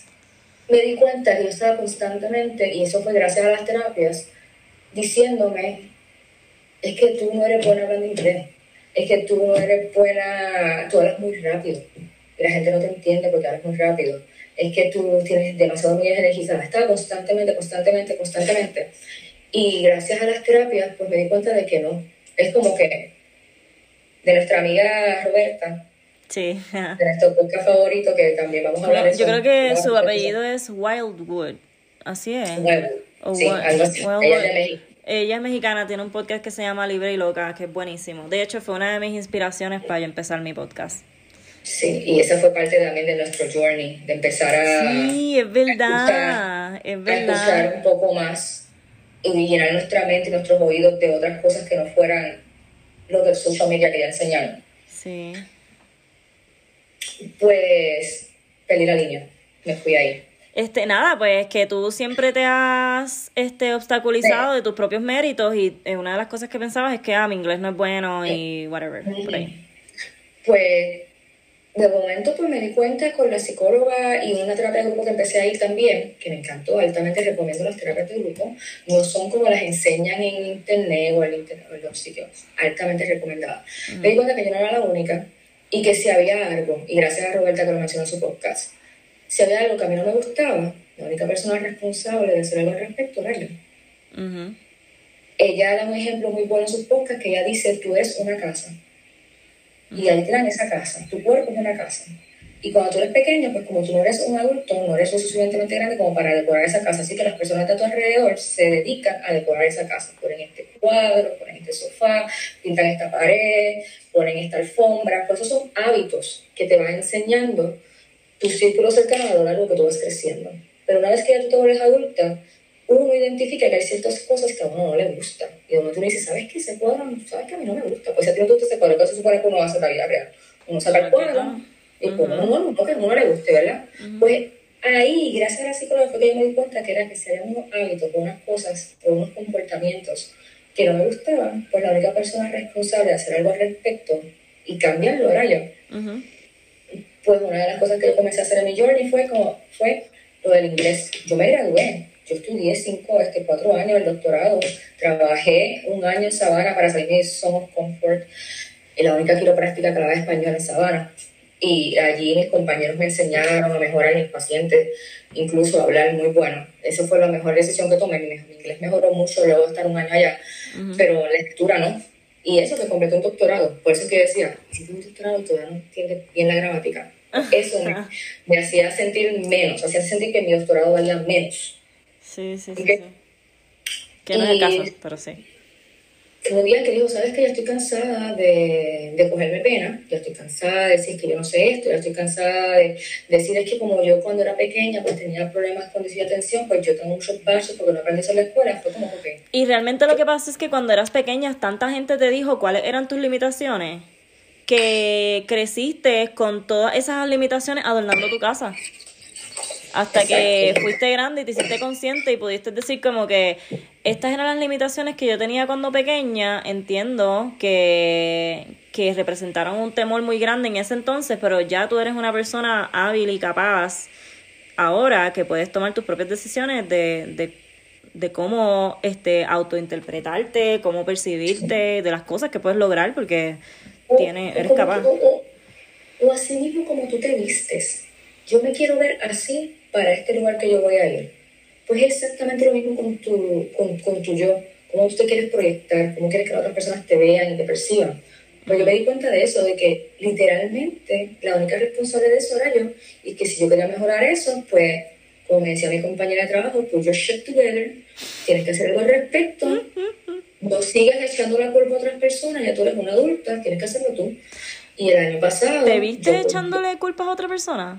me di cuenta que yo estaba constantemente, y eso fue gracias a las terapias, diciéndome, es que tú no eres buena hablando inglés, es que tú no eres buena, tú hablas muy rápido, y la gente no te entiende porque hablas muy rápido, es que tú tienes demasiado muy energizada. Estaba constantemente, constantemente, constantemente. Y gracias a las terapias, pues me di cuenta de que no. Es como que de nuestra amiga Roberta, sí, de nuestro podcast favorito, que también vamos a hablar de eso. Yo creo que su apellido es Wildwood, así es. Wildwood, o sí, Wild, algo así. Wildwood. Ella es de México. Ella es mexicana, tiene un podcast que se llama Libre y Loca, que es buenísimo. De hecho, fue una de mis inspiraciones para yo empezar mi podcast. Sí, y esa fue parte también de nuestro journey, de empezar a... Sí, es verdad, a escuchar, es verdad. A escuchar un poco más y llenar nuestra mente y nuestros oídos de otras cosas que no fueran lo del social media que ya enseñaron. Sí. Pues perdí la línea, me fui ahí. Este, nada, pues que tú siempre te has este, obstaculizado sí. de tus propios méritos y eh, una de las cosas que pensabas es que ah, mi inglés no es bueno sí. y whatever, mm-hmm. por ahí. Pues de momento pues me di cuenta con la psicóloga y una terapia de grupo que empecé a ir también, que me encantó, altamente recomiendo las terapias de grupo, no son como las enseñan en internet o en, internet, o en los sitios, altamente recomendadas. Mm-hmm. Me di cuenta que yo no era la única y que si había algo, y gracias a Roberta que lo mencionó en su podcast, si había algo que a mí no me gustaba, la única persona responsable de hacer algo al respecto era yo. Uh-huh. Ella da un ejemplo muy bueno en sus podcasts que ella dice, tú eres una casa. Uh-huh. Y ahí te dan esa casa, tu cuerpo es una casa. Y cuando tú eres pequeño, pues como tú no eres un adulto, no eres lo suficientemente grande como para decorar esa casa. Así que las personas de tu alrededor se dedican a decorar esa casa. Ponen este cuadro, ponen este sofá, pintan esta pared, ponen esta alfombra. Pues esos son hábitos que te van enseñando tu círculo cercano a lo largo que tú vas creciendo. Pero una vez que ya tú te vuelves adulta, uno identifica que hay ciertas cosas que a uno no le gustan. Y uno tú le dices, ¿sabes qué? Ese cuadro, ¿sabes que a mí no me gusta? Pues si a ti no te gusta ese cuadro, ¿qué se supone que uno hace en la vida real? Uno saca el cuadro y pues uh-huh. uno no, que a uno no le guste, ¿verdad? Uh-huh. Pues ahí, gracias a la psicóloga, fue que yo me di cuenta que era que si había unos hábitos, unas cosas, o unos comportamientos que no me gustaban, pues la única persona responsable de hacer algo al respecto y cambiarlo era yo. Uh-huh. Pues una de las cosas que yo comencé a hacer en mi journey fue, como, fue lo del inglés. Yo me gradué, yo estudié cinco, este, cuatro años el doctorado, trabajé un año en Sabana para salir de Zone of Comfort, y la única quiropráctica que hablaba español en Sabana. Y allí mis compañeros me enseñaron a mejorar mis pacientes, incluso a hablar muy bueno. Esa fue la mejor decisión que tomé. Mi inglés mejoró mucho luego de estar un año allá, uh-huh. pero la lectura no. Y eso que completé un doctorado. Por eso es que decía, si tengo un doctorado todavía no entiendes bien la gramática. Eso me, me hacía sentir menos, hacía sentir que mi doctorado valía menos. Sí, sí, sí. ¿Okay? sí. Que no es el caso, pero sí. Un día que dijo, ¿sabes qué? Ya estoy cansada de, de cogerme pena, ya estoy cansada de decir que yo no sé esto, ya estoy cansada de, de decir es que como yo cuando era pequeña pues tenía problemas con déficit de atención, pues yo tengo muchos baches porque no aprendí eso en la escuela, fue como que... Y realmente lo que pasa es que cuando eras pequeña tanta gente te dijo cuáles eran tus limitaciones, que creciste con todas esas limitaciones adornando tu casa. Hasta que fuiste grande y te hiciste consciente y pudiste decir como que estas eran las limitaciones que yo tenía cuando pequeña. Entiendo que, que representaron un temor muy grande en ese entonces, pero ya tú eres una persona hábil y capaz ahora que puedes tomar tus propias decisiones de, de, de cómo este, autointerpretarte, cómo percibirte, de las cosas que puedes lograr porque tienes, eres capaz. O, o, o así mismo como tú te vistes. Yo me quiero ver así para este lugar que yo voy a ir. Pues es exactamente lo mismo con tu, con, con tu yo, cómo tú te quieres proyectar, cómo quieres que las otras personas te vean y te perciban. Pues yo me di cuenta de eso, de que literalmente la única responsable de eso era yo, y que si yo quería mejorar eso, pues, como me decía mi compañera de trabajo, put your shit together, tienes que hacer algo al respecto, no sigas echando la culpa a otras personas, ya tú eres una adulta, tienes que hacerlo tú. Y el año pasado... ¿Te viste yo, echándole culpas a otra persona?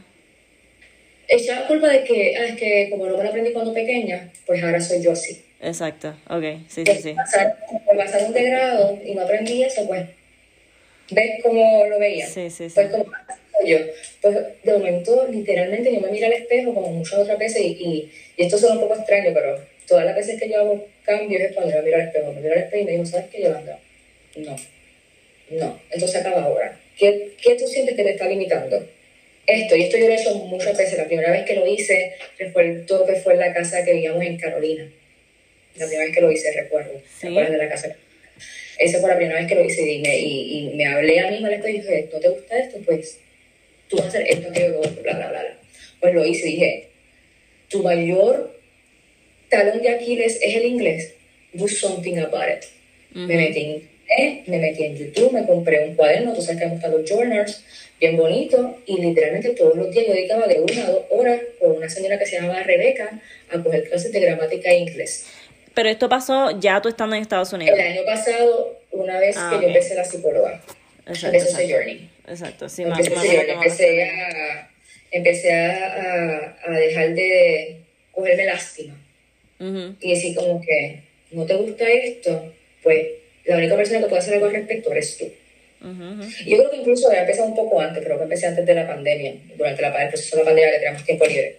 Echaba culpa de que, ah, es que como no me lo aprendí cuando pequeña, pues ahora soy yo así. Exacto, ok, sí, Pues sí, sí. pasar, por pasar un degrado y no aprendí eso, pues, ¿ves cómo lo veía? Sí, sí, sí. Pues como soy yo. Pues de momento, literalmente, yo me miro al espejo como muchas otras veces y, y, y esto suena un poco extraño, pero todas las veces que yo hago cambios es cuando yo me miro al espejo. Me miro al espejo y me digo, ¿sabes qué, Yolanda? No, no, esto se acaba ahora. ¿Qué, qué tú sientes que te está limitando? Esto, y esto yo lo he hecho muchas veces. La primera vez que lo hice, recuerdo que fue en la casa que vivíamos en Carolina. La primera vez que lo hice, recuerdo. ¿Te acuerdas de la casa? Esa fue la primera vez que lo hice y me, y, y me hablé a mí misma y dije, ¿no te gusta esto? Pues tú vas a hacer esto, aquello, bla, bla, bla, bla. Pues lo hice y dije, tu mayor talón de Aquiles es el inglés. Do something about it. Uh-huh. Me metí en internet, me metí en YouTube, me compré un cuaderno, tú sabes que me gustan los journals, bien bonito, y literalmente todos los días yo dedicaba de una a dos horas con una señora que se llamaba Rebeca a coger clases de gramática e inglés. Pero esto pasó ya tú estando en Estados Unidos. El año pasado, una vez ah, que okay. yo empecé la psicóloga, exacto, empecé ese journey. Exacto, sí, empecé, más, ese más journey. empecé, a, empecé a, a, a dejar de cogerme lástima uh-huh. y decir como que no te gusta esto, pues la única persona que puede hacer algo al respecto eres tú. Uh-huh. Yo creo que incluso había empezado un poco antes, creo que empecé antes de la pandemia, durante la, el proceso de la pandemia que teníamos tiempo libre.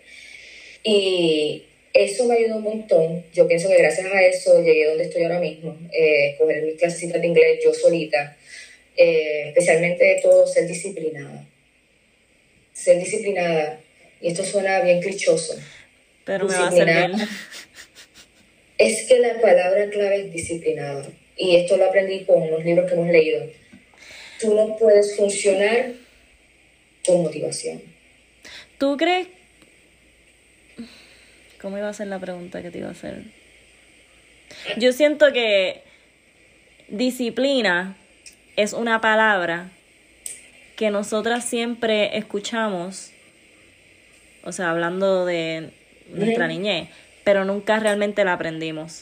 Y eso me ayudó un montón. Yo pienso que gracias a eso llegué donde estoy ahora mismo, eh, coger mis clasecitas de inglés yo solita, eh, especialmente todo ser disciplinada. Ser disciplinada, y esto suena bien clichoso. Pero me va a hacer bien. Es que la palabra clave es disciplinada. Y esto lo aprendí con unos libros que hemos leído. Tú no puedes funcionar con motivación. ¿Tú crees? ¿Cómo iba a ser la pregunta que te iba a hacer? Yo siento que disciplina es una palabra que nosotras siempre escuchamos, o sea, hablando de nuestra uh-huh. niñez, pero nunca realmente la aprendimos.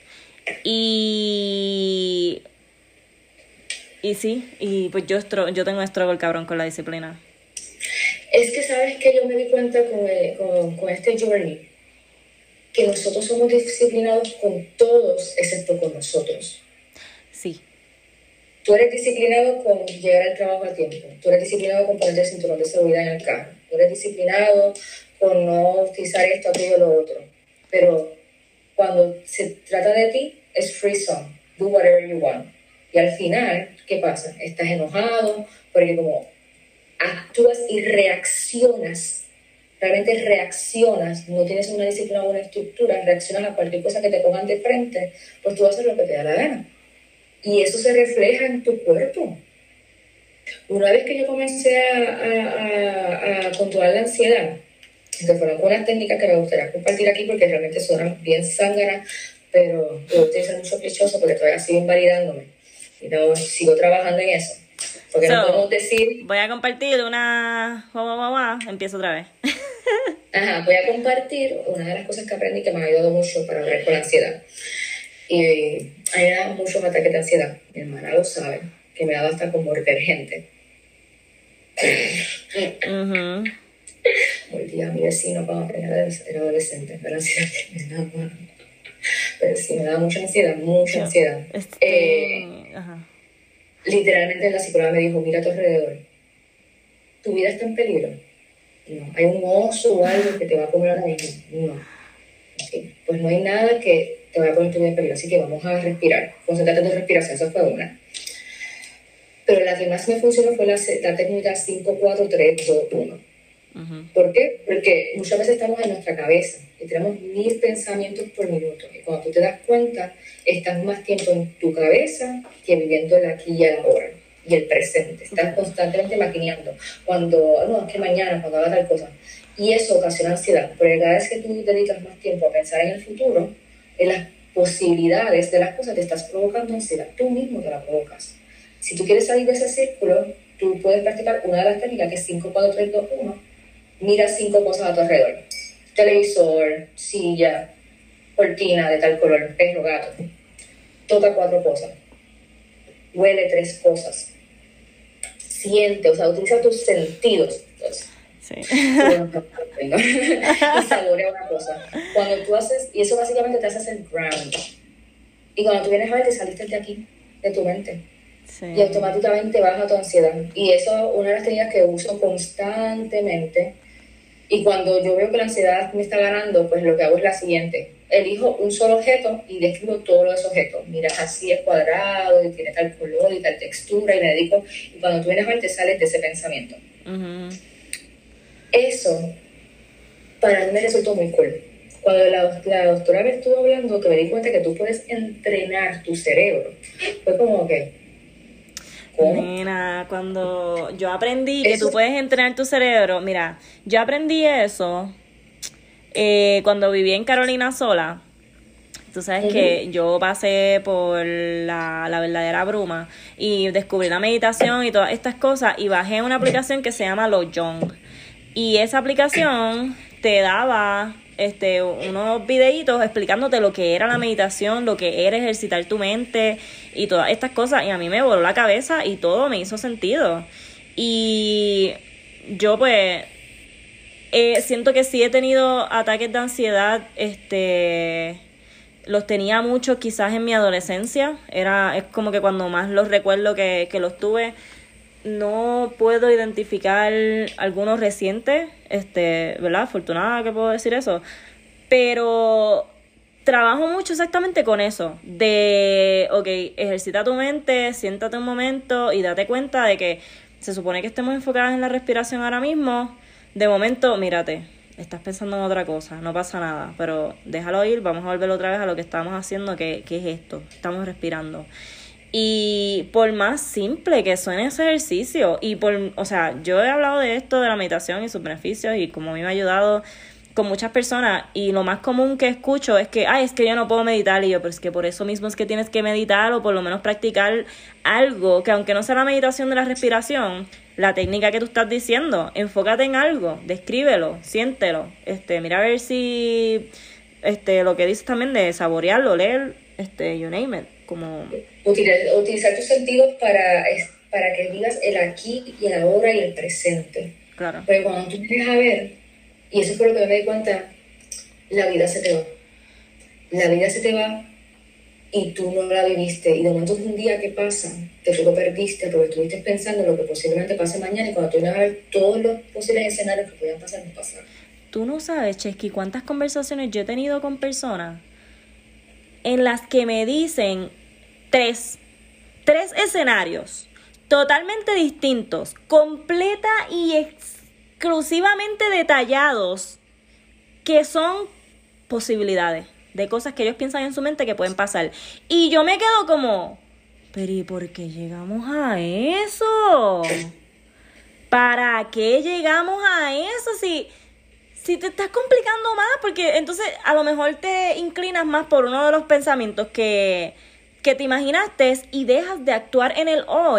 Y... Y sí, y pues yo, estro, yo tengo un struggle cabrón con la disciplina. Es que sabes que yo me di cuenta con, el, con, con este journey, que nosotros somos disciplinados con todos, excepto con nosotros. Sí. Tú eres disciplinado con llegar al trabajo a tiempo. Tú eres disciplinado con ponerte el cinturón de seguridad en el carro. Tú eres disciplinado con no utilizar esto, aquello, lo otro. Pero cuando se trata de ti, es free zone. Do whatever you want. Y al final, ¿qué pasa? Estás enojado porque como actúas y reaccionas, realmente reaccionas, no tienes una disciplina o una estructura, reaccionas a cualquier cosa que te pongan de frente, pues tú vas a hacer lo que te da la gana. Y eso se refleja en tu cuerpo. Una vez que yo comencé a, a, a, a controlar la ansiedad, que fueron unas técnicas que me gustaría compartir aquí porque realmente suenan bien zánganas, pero yo utilizo mucho clichoso porque todavía sigo invalidándome. Y no, sigo trabajando en eso. Porque no So, podemos decir, voy a compartir una... Guau, guau, guau, guau. Empiezo otra vez. ajá, voy a compartir una de las cosas que aprendí que me ha ayudado mucho para hablar con la ansiedad. Y a mí me dan muchos ataques de ansiedad. Mi hermana lo sabe, que me ha dado hasta con morder gente. Uh-huh. Mordía a mi vecino cuando era era adolescente. Pero ansiedad que me daba. Pero sí, me daba mucha ansiedad, mucha ansiedad. Este... Eh, Ajá. Literalmente la psicóloga me dijo, mira a tu alrededor. ¿Tu vida está en peligro? No. ¿Hay un oso o algo que te va a comer ahora mismo? No. Okay. Pues no hay nada que te vaya a poner tu vida en peligro, así que vamos a respirar. Concéntrate en tu respiración, esa fue una. Pero la que más me funcionó fue la, la técnica cinco, cuatro, tres, dos, uno. Uh-huh. ¿Por qué? Porque muchas veces estamos en nuestra cabeza y tenemos mil pensamientos por minuto. Y cuando tú te das cuenta, estás más tiempo en tu cabeza que viviendo el aquí y el ahora y el presente. Estás constantemente maquineando. Cuando, no, es que mañana, cuando haga tal cosa. Y eso ocasiona ansiedad. Porque cada vez que tú dedicas más tiempo a pensar en el futuro, en las posibilidades de las cosas, te estás provocando ansiedad. Tú mismo te la provocas. Si tú quieres salir de ese círculo, tú puedes practicar una de las técnicas que es cinco, cuatro, tres, dos, uno. Mira cinco cosas a tu alrededor. Televisor, silla, cortina de tal color, perro, gato. Toca cuatro cosas. Huele tres cosas. Siente, o sea, utiliza tus sentidos. Sí. Y saborea una cosa. Cuando tú haces, y eso básicamente te hace hacer ground. Y cuando tú vienes a ver, te saliste de aquí, de tu mente. Sí. Y automáticamente baja tu ansiedad. Y eso es una de las técnicas que uso constantemente. Y cuando yo veo que la ansiedad me está ganando, pues lo que hago es la siguiente. Elijo un solo objeto y describo todos los objetos. Mira, así es cuadrado, y tiene tal color y tal textura, y le dedico. Y cuando tú vienes a ver, te sales de ese pensamiento. Uh-huh. Eso, para mí me resultó muy cool. Cuando la, la doctora me estuvo hablando, que me di cuenta que tú puedes entrenar tu cerebro, fue como que... ¿cómo? Mira, cuando yo aprendí que ¿Eso? Tú puedes entrenar tu cerebro, mira, yo aprendí eso eh, cuando viví en Carolina sola. Tú sabes uh-huh. que yo pasé por la, la verdadera bruma y descubrí la meditación y todas estas cosas y bajé una aplicación que se llama Lojong. Y esa aplicación te daba este unos videitos explicándote lo que era la meditación, lo que era ejercitar tu mente y todas estas cosas. Y a mí me voló la cabeza y todo me hizo sentido. Y yo pues eh, siento que sí he tenido ataques de ansiedad. Este los tenía muchos quizás en mi adolescencia. Era, es como que cuando más los recuerdo que, que los tuve. No puedo identificar algunos recientes, este, ¿verdad? Afortunada que puedo decir eso. Pero trabajo mucho exactamente con eso. De, ok, ejercita tu mente, siéntate un momento y date cuenta de que se supone que estemos enfocadas en la respiración ahora mismo. De momento, mírate, estás pensando en otra cosa, no pasa nada. Pero déjalo ir, vamos a volver otra vez a lo que estábamos haciendo, que, que es esto, estamos respirando. Y por más simple que suene ese ejercicio, y por, o sea, yo he hablado de esto, de la meditación y sus beneficios, y como a mí me ha ayudado con muchas personas, y lo más común que escucho es que, ay, es que yo no puedo meditar, y yo, pero es que por eso mismo es que tienes que meditar, o por lo menos practicar algo, que aunque no sea la meditación de la respiración, la técnica que tú estás diciendo, enfócate en algo, descríbelo, siéntelo, este, mira a ver si, este, lo que dices también de saborearlo, leer, este, you name it. Como... Utilizar, utilizar tus sentidos para, para que digas el aquí y el ahora y el presente. Claro. Pero cuando tú vienes a ver, y eso fue lo que me di cuenta, la vida se te va. La vida se te va y tú no la viviste. Y de momento es un día que pasa, que tú lo perdiste porque estuviste pensando en lo que posiblemente pase mañana y cuando tú vienes a ver todos los posibles escenarios que podían pasar, no pasaron. Tú no sabes, Chesky, cuántas conversaciones yo he tenido con personas en las que me dicen tres, tres escenarios totalmente distintos, completa y exclusivamente detallados, que son posibilidades de cosas que ellos piensan en su mente que pueden pasar. Y yo me quedo como, pero ¿y por qué llegamos a eso? ¿Para qué llegamos a eso? Si... Si te estás complicando más, porque entonces a lo mejor te inclinas más por uno de los pensamientos que, que te imaginaste y dejas de actuar en el hoy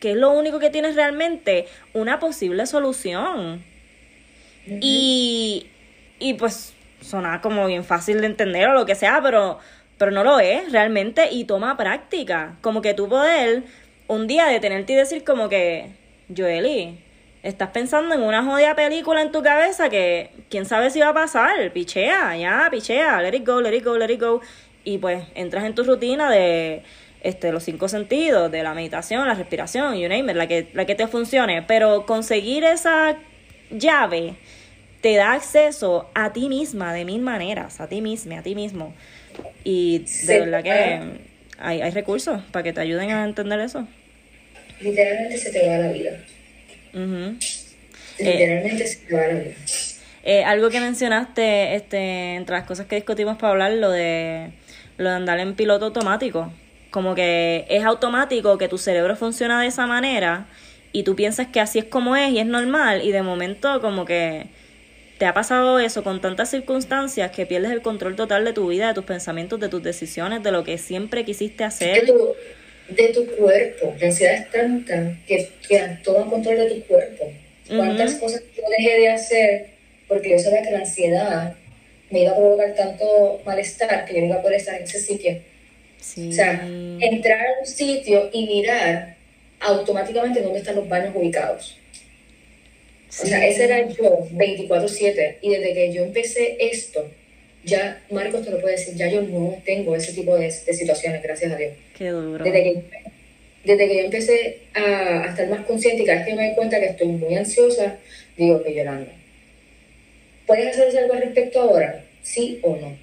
que es lo único que tienes realmente, una posible solución. Uh-huh. Y, y pues suena como bien fácil de entender o lo que sea, pero, pero no lo es realmente, y toma práctica. Como que tú poder un día detenerte y decir como que, Joely, estás pensando en una jodida película en tu cabeza que quién sabe si va a pasar, pichea, ya, pichea, let it go, let it go, let it go, y pues entras en tu rutina de este los cinco sentidos, de la meditación, la respiración, you name it, la que, la que te funcione, pero conseguir esa llave te da acceso a ti misma de mil maneras, a ti misma, a ti mismo, y de sí, verdad que hay, hay recursos para que te ayuden a entender eso. Literalmente se te va la vida. Uh-huh. Literalmente eh, se te va la vida. Eh, algo que mencionaste, este, entre las cosas que discutimos para hablar, lo de lo de andar en piloto automático. Como que es automático que tu cerebro funciona de esa manera y tú piensas que así es como es y es normal, y de momento como que te ha pasado eso con tantas circunstancias que pierdes el control total de tu vida, de tus pensamientos, de tus decisiones, de lo que siempre quisiste hacer. De tu, de tu cuerpo. La ansiedad es tanta que, que toma control de tu cuerpo. ¿Cuántas uh-huh. cosas yo dejé de hacer porque yo sabía que la ansiedad me iba a provocar tanto malestar que yo no iba a poder estar en ese sitio? Sí. O sea, entrar a un sitio y mirar automáticamente dónde están los baños ubicados. Sí. O sea, ese era yo veinticuatro siete, y desde que yo empecé esto, ya Marcos te lo puede decir, ya yo no tengo ese tipo de, de situaciones, gracias a Dios. Qué duro. Desde que, desde que yo empecé a, a estar más consciente y cada vez que me doy cuenta que estoy muy ansiosa, digo que Yolanda, ¿puedes hacer algo al respecto ahora? ¿Sí o no?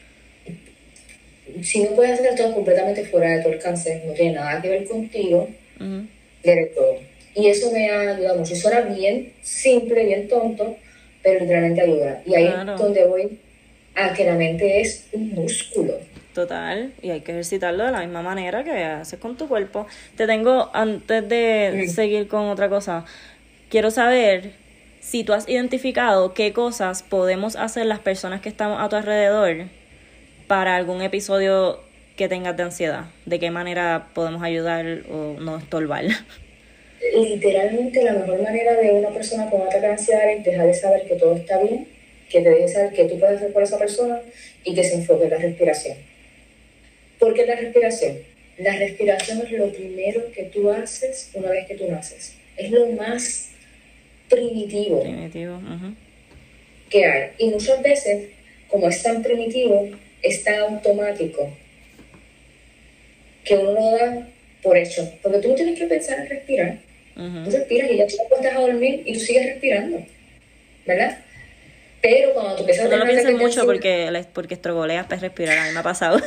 Si no puedes hacer todo completamente fuera de tu alcance, no tiene nada que ver contigo, uh-huh. de todo. Y eso me ha ayudado mucho. Suena bien simple, bien tonto, pero literalmente ayuda. Y ahí claro. es donde voy a que la mente es un músculo. Total, y hay que ejercitarlo de la misma manera que haces con tu cuerpo. Te tengo, antes de mm. seguir con otra cosa, quiero saber si tú has identificado qué cosas podemos hacer las personas que estamos a tu alrededor para algún episodio que tengas de ansiedad. ¿De qué manera podemos ayudar o no estorbar? Literalmente la mejor manera de una persona con ataque de ansiedad es dejar de saber que todo está bien, que te dejes saber que tú puedes hacer por esa persona y que se enfoque en la respiración. ¿Por qué la respiración? La respiración es lo primero que tú haces una vez que tú naces. Es lo más primitivo, primitivo uh-huh. que hay. Y muchas veces, como es tan primitivo, es tan automático que uno lo da por hecho. Porque tú no tienes que pensar en respirar. Uh-huh. Tú respiras y ya tú te acuestas a dormir y tú sigues respirando, ¿verdad? Pero cuando tú empiezas a no lo pienses mucho porque, porque estrogoleas para respirar. A mí me ha pasado.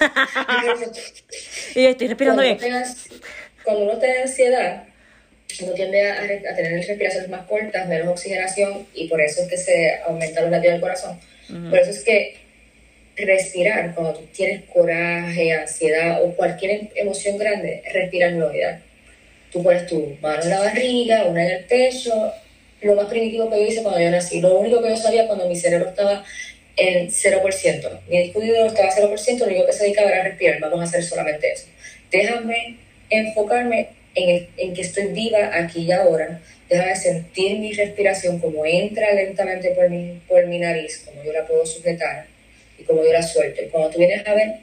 Y yo estoy respirando cuando bien. Tengas, cuando uno tiene ansiedad, uno tiende a, a tener respiraciones más cortas, menos oxigenación, y por eso es que se aumenta los latidos del corazón. Uh-huh. Por eso es que respirar, cuando tú tienes coraje, ansiedad o cualquier emoción grande, respirar no lo ideal. Tú pones tu mano en la barriga, una en el pecho. Lo más primitivo que yo hice cuando yo nací, lo único que yo sabía cuando mi cerebro estaba en cero por ciento, mi disco duro estaba en cero por ciento, lo único que se dedicaba era respirar. Vamos a hacer solamente eso. Déjame enfocarme en, el, en que estoy viva aquí y ahora. Déjame sentir mi respiración, como entra lentamente por mi, por mi nariz, como yo la puedo sujetar y como yo la suelto. Y cuando tú vienes a ver,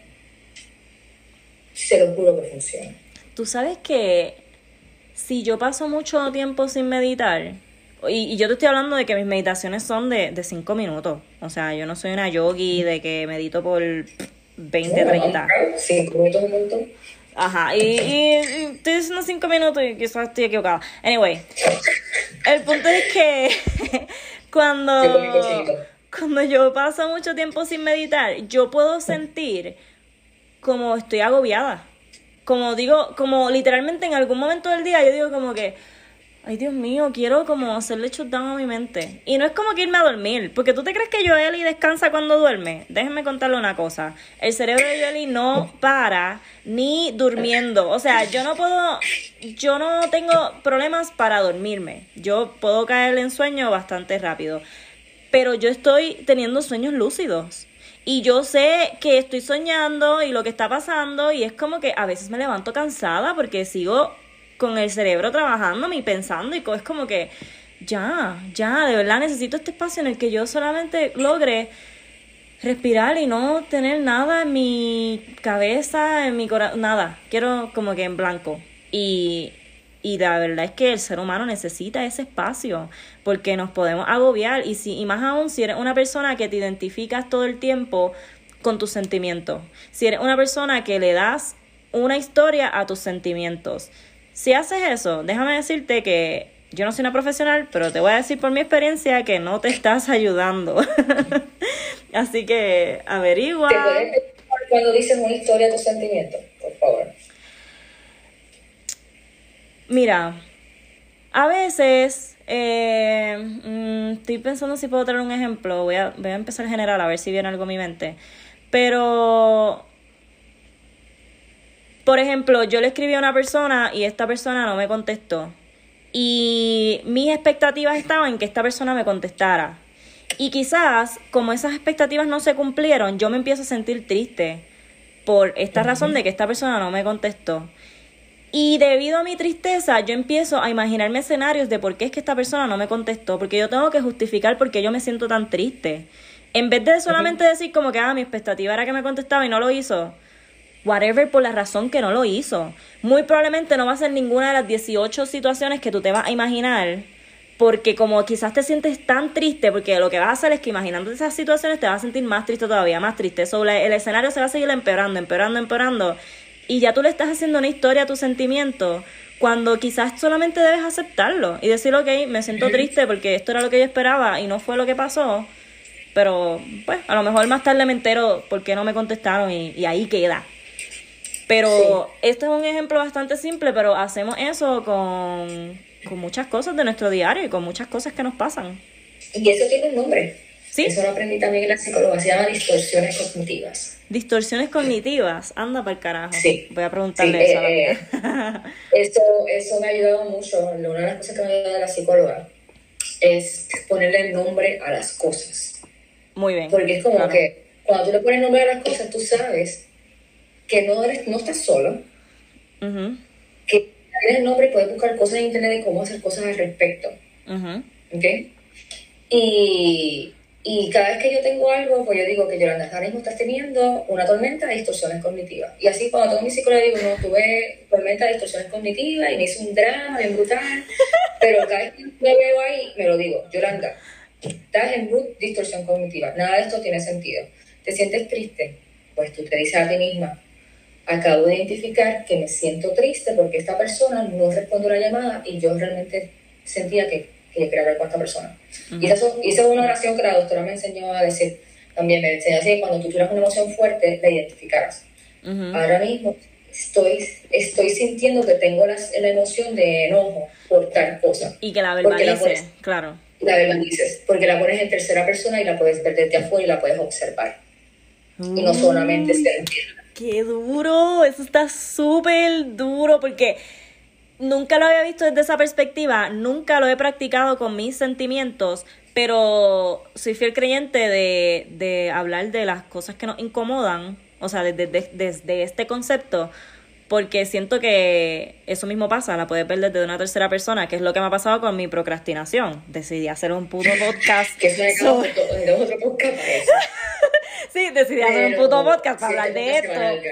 se lo juro que funciona. Tú sabes que si yo paso mucho tiempo sin meditar, y, y yo te estoy hablando de que mis meditaciones son de, de cinco minutos, o sea, yo no soy una yogi de que medito por veinte, treinta. cinco minutos un montón. Ajá, y, y, y estoy diciendo cinco minutos y quizás estoy equivocada. Anyway, el punto es que cuando, cuando yo paso mucho tiempo sin meditar, yo puedo sentir como estoy agobiada. Como digo, como literalmente en algún momento del día yo digo como que, ay Dios mío, quiero como hacerle shutdown a mi mente. Y no es como que irme a dormir, porque tú te crees que Joely descansa cuando duerme. Déjenme contarle una cosa, el cerebro de Joely no para ni durmiendo. O sea, yo no puedo, yo no tengo problemas para dormirme. Yo puedo caer en sueño bastante rápido, pero yo estoy teniendo sueños lúcidos. Y yo sé que estoy soñando y lo que está pasando, y es como que a veces me levanto cansada porque sigo con el cerebro trabajándome y pensando y es como que ya, ya, de verdad necesito este espacio en el que yo solamente logre respirar y no tener nada en mi cabeza, en mi corazón, nada. Quiero como que en blanco. Y, y la verdad es que el ser humano necesita ese espacio porque nos podemos agobiar. Y, si, y más aún si eres una persona que te identificas todo el tiempo con tus sentimientos. Si eres una persona que le das una historia a tus sentimientos. Si haces eso, déjame decirte que yo no soy una profesional, pero te voy a decir por mi experiencia que no te estás ayudando. Así que averigua. ¿Te puedes explicar cuando dices una historia de tus sentimientos? Por favor. Mira, a veces, eh, mm, estoy pensando si puedo traer un ejemplo. Voy a, voy a empezar general a ver si viene algo a mi mente. Pero, por ejemplo, yo le escribí a una persona y esta persona no me contestó. Y mis expectativas estaban en que esta persona me contestara. Y quizás, como esas expectativas no se cumplieron, yo me empiezo a sentir triste por esta razón de que esta persona no me contestó. Y debido a mi tristeza, yo empiezo a imaginarme escenarios de por qué es que esta persona no me contestó. Porque yo tengo que justificar por qué yo me siento tan triste. En vez de solamente decir como que, ah, mi expectativa era que me contestaba y no lo hizo. Whatever, por la razón que no lo hizo. Muy probablemente no va a ser ninguna de las dieciocho situaciones que tú te vas a imaginar, porque como quizás te sientes tan triste, porque lo que vas a hacer es que imaginando esas situaciones te vas a sentir más triste todavía, más triste. Sobre el escenario se va a seguir empeorando, empeorando, empeorando, y ya tú le estás haciendo una historia a tu sentimiento, cuando quizás solamente debes aceptarlo y decir, ok, me siento triste porque esto era lo que yo esperaba y no fue lo que pasó, pero pues a lo mejor más tarde me entero por qué no me contestaron y, y ahí queda. Pero sí. Esto es un ejemplo bastante simple, pero hacemos eso con, con muchas cosas de nuestro diario y con muchas cosas que nos pasan. Y eso tiene un nombre. ¿Sí? Eso lo aprendí también en la psicología, se llama distorsiones cognitivas. Distorsiones cognitivas, anda para el carajo. Sí. Voy a preguntarle sí, eso eh, a la mía. eso, eso me ha ayudado mucho. Una de las cosas que me ha ayudado la psicóloga es ponerle nombre a las cosas. Muy bien. Porque es como claro. que cuando tú le pones nombre a las cosas, tú sabes que no, eres, no estás solo, uh-huh. que tienes el nombre y puedes buscar cosas en internet de cómo hacer cosas al respecto. Uh-huh. ¿Ok? Y, y cada vez que yo tengo algo, pues yo digo que Yolanda, ahora mismo estás teniendo una tormenta de distorsiones cognitivas. Y así cuando tengo mi psicóloga digo, no, tuve tormenta de distorsiones cognitivas y me hice un drama bien brutal, pero cada vez que me veo ahí, me lo digo, Yolanda, estás en root distorsión cognitiva, nada de esto tiene sentido. ¿Te sientes triste? Pues tú te dices a ti misma, acabo de identificar que me siento triste porque esta persona no respondió la llamada y yo realmente sentía que, que quería hablar con esta persona. Uh-huh. Y esa, esa es una oración que la doctora me enseñó a decir, también me enseñó así, cuando tú tuvieras una emoción fuerte, la identificaras. Uh-huh. Ahora mismo estoy, estoy sintiendo que tengo la, la emoción de enojo por tal cosa. Y que la verbalices, claro. La verbalices, porque la pones en tercera persona y la puedes ver desde afuera y la puedes observar. Uh-huh. Y no solamente sentirla. ¡Qué duro! Eso está súper duro porque nunca lo había visto desde esa perspectiva, nunca lo he practicado con mis sentimientos, pero soy fiel creyente de, de hablar de las cosas que nos incomodan, o sea, desde, desde, desde este concepto, porque siento que eso mismo pasa, la puedes ver desde una tercera persona, que es lo que me ha pasado con mi procrastinación. Decidí hacer un puto podcast. que es sobre... otro podcast para eso. Sí, decidí Pero, hacer un puto podcast para sí, hablar de esto.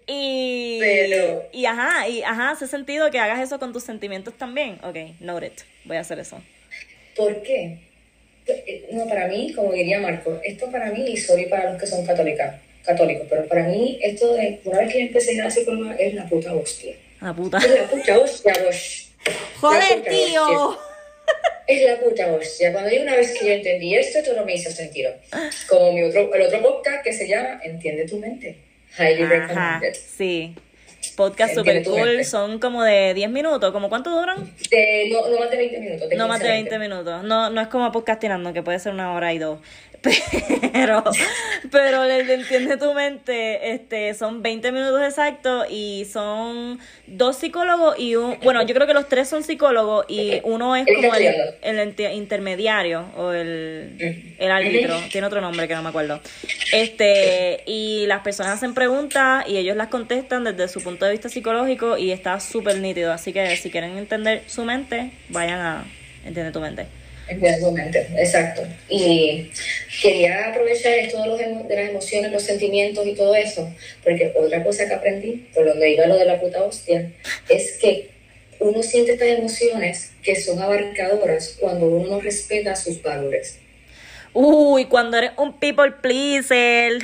Y, Pero... y ajá, y ajá, hace sentido que hagas eso con tus sentimientos también. Ok, noted, voy a hacer eso. ¿Por qué? No, para mí, como diría Marco, esto para mí, y sorry para los que son católicas, católicos, pero para mí, esto de, una vez que yo empecé a ir a la psicóloga, es la puta hostia. La puta. Es la puta hostia, vos. Joder, puta tío. Hostia. Es la puta hostia. Cuando yo una vez que yo entendí esto, todo me hizo sentido. Como mi otro, el otro podcast que se llama Entiende tu mente. Highly Ajá, recommended. Sí. Podcast super cool. Son como de diez minutos. ¿Cómo cuánto duran? De, no, no más de veinte minutos. De no más de veinte minutos. No, no es como podcastinando, que puede ser una hora y dos. Pero, pero el de Entiende tu mente, este, son veinte minutos exactos y son dos psicólogos y un, bueno, yo creo que los tres son psicólogos y uno es como el, el intermediario o el, el árbitro, tiene otro nombre que no me acuerdo. Este, y las personas hacen preguntas y ellos las contestan desde su punto de vista psicológico y está súper nítido. Así que si quieren entender su mente, vayan a Entiende tu mente. Entiende tu mente, exacto. Y quería aprovechar esto de, los emo- de las emociones, los sentimientos y todo eso, porque otra cosa que aprendí, por donde iba lo de la puta hostia, es que uno siente estas emociones que son abarcadoras cuando uno no respeta sus valores. Uy, cuando eres un people pleaser.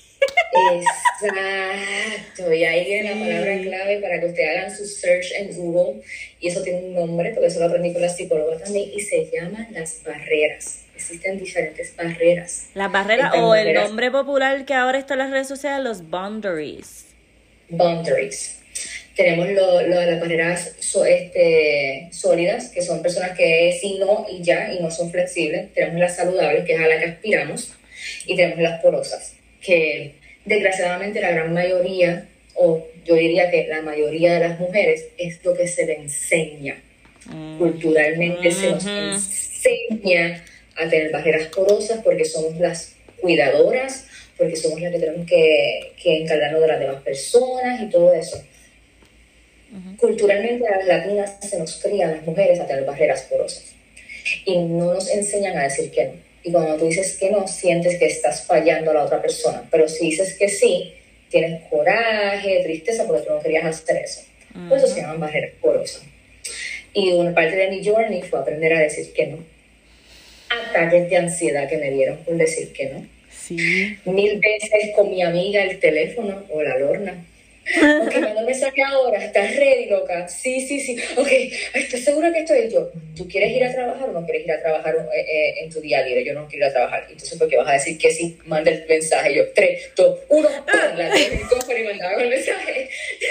Exacto, y ahí viene la palabra clave para que ustedes hagan su search en Google, y eso tiene un nombre, porque eso lo aprendí con la psicóloga también, y se llaman las barreras. Existen diferentes barreras. Las barreras, Estas o el barreras- nombre popular que ahora está en las redes sociales, los boundaries. boundaries. Tenemos lo, lo de las barreras so- este, sólidas, que son personas que es sí, no y ya, y no son flexibles. Tenemos las saludables, que es a la que aspiramos, y tenemos las porosas, que desgraciadamente la gran mayoría, o yo diría que la mayoría de las mujeres, es lo que se le enseña. Mm. Culturalmente se nos Ujú. enseña a tener barreras porosas porque somos las cuidadoras, porque somos las que tenemos que, que encargarnos de las demás personas y todo eso. Culturalmente a las latinas se nos crían a las mujeres a tener barreras porosas y no nos enseñan a decir que no. Y cuando tú dices que no, sientes que estás fallando a la otra persona, pero si dices que sí, tienes coraje, tristeza porque tú no querías hacer eso. Por eso se llaman barreras porosas. Y una parte de mi journey fue aprender a decir que no. Ataques de ansiedad que me dieron por decir que no. Sí. Mil veces con mi amiga el teléfono o la lorna. Ok, cuando me saque ahora, ¿estás ready, loca? Sí, sí, sí. Ok, ay, ¿estás segura que estoy yo? ¿Tú quieres ir a trabajar o no quieres ir a trabajar eh, eh, en tu día libre? Yo no quiero ir a trabajar. Entonces, ¿por qué vas a decir que sí? Manda el mensaje. Yo, tres, dos, uno, ¡pum! La tengo en mi cofre y mandaba con el mensaje.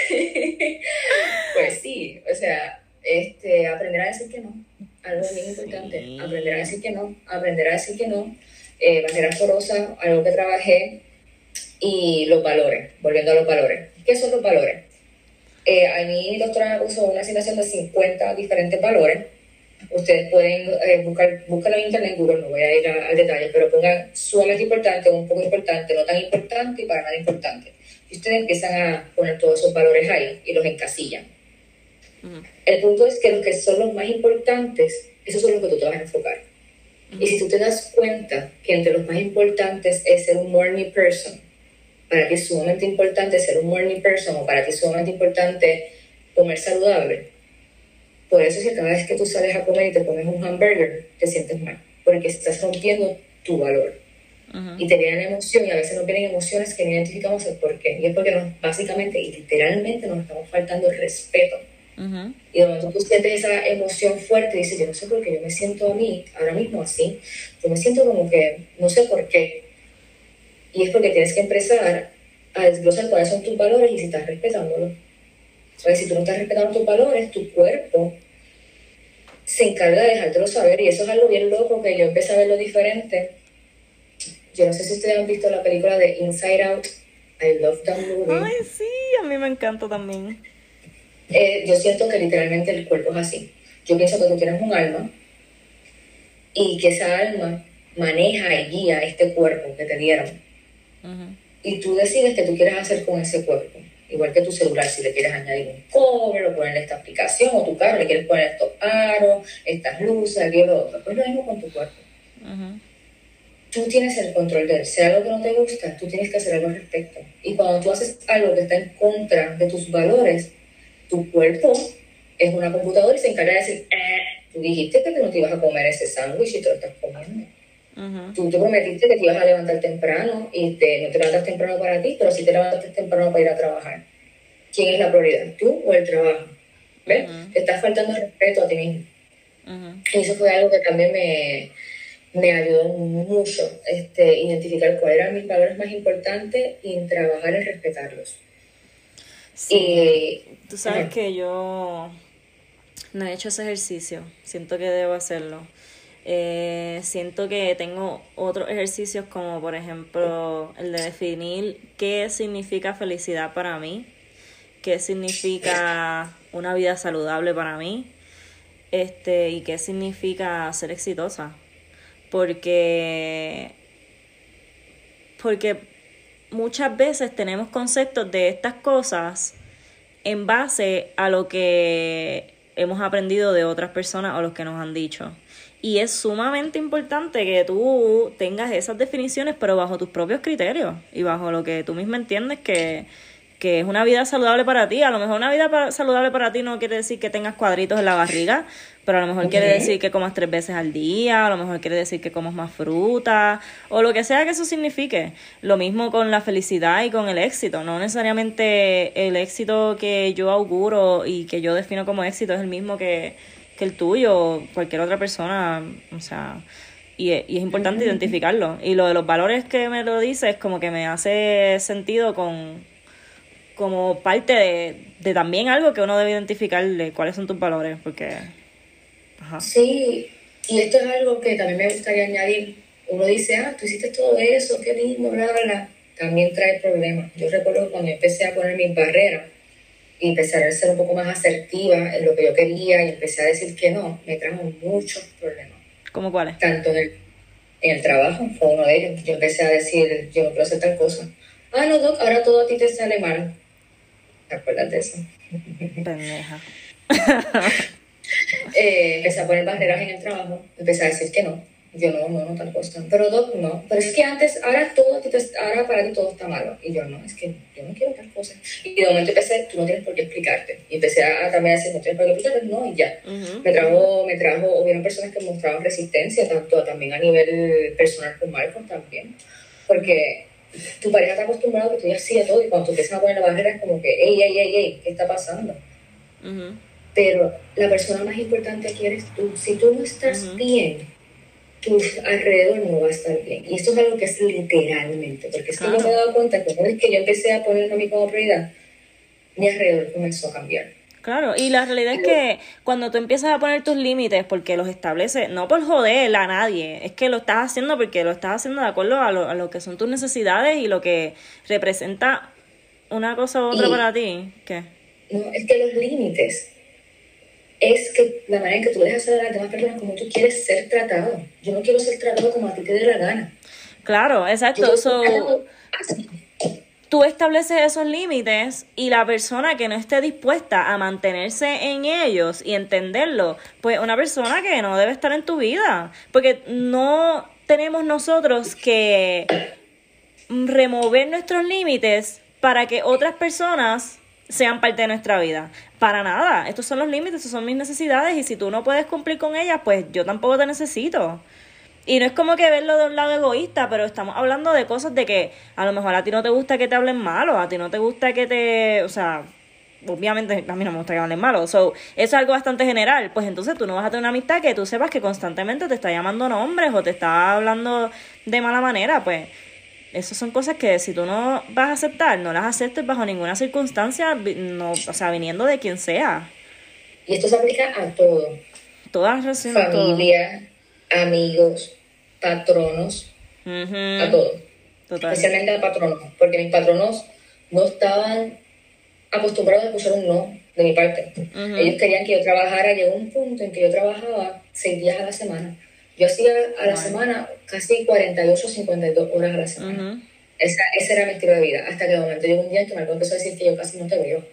Pues sí, o sea, este, aprender a decir que no. Algo bien importante. Sí. Aprender a decir que no. Aprender a decir que no. Eh, barreras porosas, algo que trabajé. Y los valores, volviendo a los valores. ¿Qué son los valores? Eh, a mí mi doctora me puso una asignación de cincuenta diferentes valores. Ustedes pueden eh, buscar, búscalo en internet, en Google, no voy a ir a- al detalle, pero pongan sumamente importante, un poco importante, no tan importante y para nada importante. Y ustedes empiezan a poner todos esos valores ahí y los encasillan. Ujú. El punto es que los que son los más importantes, esos son los que tú te vas a enfocar. Y si tú te das cuenta que entre los más importantes es ser un morning person, para ti es sumamente importante ser un morning person, o para ti es sumamente importante comer saludable, por eso es que cada vez que tú sales a comer y te comes un hamburger, te sientes mal, porque estás rompiendo tu valor. Ujú. Y te vienen emociones, y a veces nos vienen emociones que no identificamos el por qué. Y es porque nos, básicamente y literalmente nos estamos faltando el respeto. Ujú. Y de momento tú sientes esa emoción fuerte y dices, yo no sé por qué yo me siento a mí ahora mismo así. Yo me siento como que no sé por qué. Y es porque tienes que empezar a desglosar cuáles son tus valores y si estás respetándolos. Porque si tú no estás respetando tus valores, tu cuerpo se encarga de dejártelo saber. Y eso es algo bien loco que yo empecé a verlo diferente. Yo no sé si ustedes han visto la película de Inside Out. I love that movie. Ay, sí, a mí me encanta también. Eh, yo siento que literalmente el cuerpo es así. Yo pienso que tú tienes un alma y que esa alma maneja y guía este cuerpo que te dieron. Ujú. Y tú decides qué tú quieres hacer con ese cuerpo. Igual que tu celular, si le quieres añadir un cover o ponerle esta aplicación, o tu carro le quieres poner estos aros, estas luces, aquello, lo otro. Pues lo mismo con tu cuerpo. Ujú. Tú tienes el control de él. Si hay algo que no te gusta, tú tienes que hacer algo al respecto. Y cuando tú haces algo que está en contra de tus valores, tu cuerpo es una computadora y se encarga de decir, eh, tú dijiste que tú no te ibas a comer ese sándwich y te lo estás comiendo. Ujú. Tú te prometiste que te ibas a levantar temprano y te, no te levantas temprano para ti, pero sí te levantaste temprano para ir a trabajar. ¿Quién es la prioridad? ¿Tú o el trabajo? ¿Ves? Ujú. Te estás faltando el respeto a ti mismo. Ujú. Y eso fue algo que también me, me ayudó mucho, este, identificar cuáles eran mis valores más importantes y trabajar en respetarlos. Sí. Y Tú sabes ajá. que yo no he hecho ese ejercicio. Siento que debo hacerlo. Eh, siento que tengo otros ejercicios como por ejemplo el de definir qué significa felicidad para mí, qué significa una vida saludable para mí, este, y qué significa ser exitosa. Porque, porque muchas veces tenemos conceptos de estas cosas en base a lo que hemos aprendido de otras personas o los que nos han dicho. Y es sumamente importante que tú tengas esas definiciones, pero bajo tus propios criterios y bajo lo que tú mismo entiendes que, que es una vida saludable para ti. A lo mejor una vida para, saludable para ti no quiere decir que tengas cuadritos en la barriga, pero a lo mejor okay. quiere decir que comas tres veces al día, a lo mejor quiere decir que comas más fruta, o lo que sea que eso signifique. Lo mismo con la felicidad y con el éxito. No necesariamente el éxito que yo auguro y que yo defino como éxito es el mismo que... que el tuyo o cualquier otra persona, o sea, y, y es importante uh-huh. identificarlo. Y lo de los valores que me lo dices, como que me hace sentido con como parte de, de también algo que uno debe identificar de cuáles son tus valores, porque... Ajá. Sí, y esto es algo que también me gustaría añadir. Uno dice, ah, tú hiciste todo eso, qué lindo, bla, bla, bla. También trae problemas. Yo recuerdo cuando empecé a poner mis barreras, y empecé a ser un poco más asertiva en lo que yo quería y empecé a decir que no, me trajo muchos problemas. ¿Cómo cuáles? Tanto en el, en el trabajo, fue uno de ellos. Yo empecé a decir, yo no quiero hacer tal cosa. Ah, no, Doc, ahora todo a ti te sale mal. ¿Te acuerdas de eso? Pendeja. eh, empecé a poner barreras en el trabajo, empecé a decir que no. Yo no, no, no, tal cosa. Pero Doc, no. Pero es que antes, ahora todo, ahora para ti todo está malo. Y yo, no, es que yo no quiero tal cosa. Y de momento empecé, tú no tienes por qué explicarte. Y empecé a, a también a decir, no tienes por qué explicarte, no, y ya. Uh-huh. Me trajo, me trajo, hubieron personas que mostraban resistencia, tanto también a nivel personal con Marcos también. Porque tu pareja está acostumbrado a que tú ya hacías todo y cuando tú empiezas a poner la barrera es como que, ey, ey, ey, ey, ¿qué está pasando? Uh-huh. Pero la persona más importante aquí eres tú. Si tú no estás uh-huh. bien, tu alrededor no va a estar bien. Y esto es algo que es literalmente, porque es que claro. yo me he dado cuenta que una vez que yo empecé a ponerlo a mí como prioridad, mi alrededor comenzó a cambiar. Claro, y la realidad es que cuando tú empiezas a poner tus límites, porque los estableces, no por joder a nadie, es que lo estás haciendo porque lo estás haciendo de acuerdo a lo, a lo que son tus necesidades y lo que representa una cosa u otra y, para ti. ¿Qué? No, es que los límites es que la manera en que tú dejas a las demás personas como tú quieres ser tratado. Yo no quiero ser tratado como a ti te dé la gana. Claro, exacto. So, tú estableces esos límites y la persona que no esté dispuesta a mantenerse en ellos y entenderlo, pues una persona que no debe estar en tu vida. Porque no tenemos nosotros que remover nuestros límites para que otras personas sean parte de nuestra vida. Para nada. Estos son los límites, estos son mis necesidades y si tú no puedes cumplir con ellas, pues yo tampoco te necesito. Y no es como que verlo de un lado egoísta, pero estamos hablando de cosas de que a lo mejor a ti no te gusta que te hablen malo, a ti no te gusta que te... O sea, obviamente a mí no me gusta que hablen malo. So, eso es algo bastante general. Pues entonces tú no vas a tener una amistad que tú sepas que constantemente te está llamando nombres o te está hablando de mala manera, pues... Esas son cosas que si tú no vas a aceptar, no las aceptes bajo ninguna circunstancia, no, o sea, viniendo de quien sea. Y esto se aplica a todo. Todas las relaciones. Familia, todo. Amigos, patronos, uh-huh. a todo. Total. Especialmente a patronos, porque mis patronos no estaban acostumbrados a escuchar un no de mi parte. Uh-huh. Ellos querían que yo trabajara, llegó un punto en que yo trabajaba seis días a la semana. Yo hacía a la wow. semana casi cuarenta y ocho, cincuenta y dos horas a la semana. Uh-huh. Esa, ese era mi estilo de vida. Hasta que de momento llegó un día en que Marco empezó a decir que yo casi no te veo.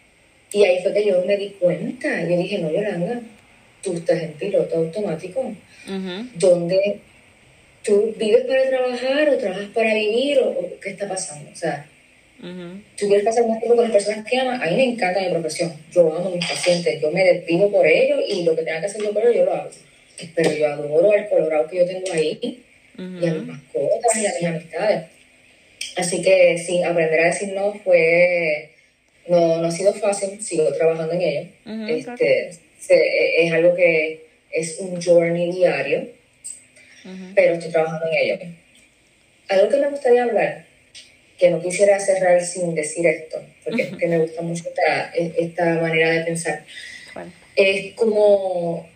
Y ahí fue que yo me di cuenta. Yo dije, no, Yolanda, tú estás en piloto automático. Uh-huh. Donde tú vives para trabajar o trabajas para vivir o, o qué está pasando. O sea, uh-huh. tú quieres pasar más tiempo con las personas que amas. A mí me encanta mi profesión. Yo amo a mis pacientes. Yo me desvivo por ellos y lo que tenga que hacer yo por ellos, yo lo hago. Pero yo adoro al colorado que yo tengo ahí uh-huh. y a mis mascotas y a mis amistades. Así que sí, aprender a decir no fue... No, no ha sido fácil, sigo trabajando en ello. Uh-huh, este, claro. se, es algo que es un journey diario, uh-huh. pero estoy trabajando en ello. Algo que me gustaría hablar, que no quisiera cerrar sin decir esto, porque uh-huh. es que me gusta mucho esta, esta manera de pensar, bueno. es como...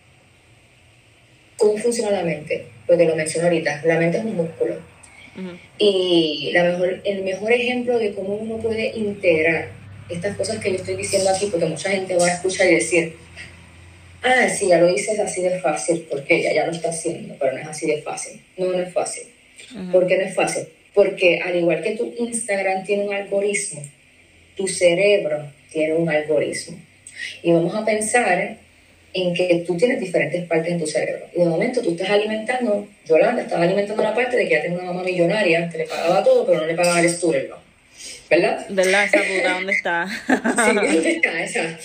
¿Cómo funciona la mente? Porque lo menciono ahorita, la mente es un músculo. Uh-huh. Y la mejor, el mejor ejemplo de cómo uno puede integrar estas cosas que yo estoy diciendo aquí, porque mucha gente va a escuchar y decir, ah, sí, ya lo dices así de fácil, porque ella ya lo está haciendo, pero no es así de fácil. No, no es fácil. Uh-huh. ¿Por qué no es fácil? Porque al igual que tu Instagram tiene un algoritmo, tu cerebro tiene un algoritmo. Y vamos a pensar en que tú tienes diferentes partes en tu cerebro. Y de momento tú estás alimentando, Yolanda estaba alimentando la parte de que ella tenía una mamá millonaria que le pagaba todo, pero no le pagaba el student loan. ¿Verdad? ¿Verdad? Esa puta, ¿dónde está? Sí, ¿dónde está esa?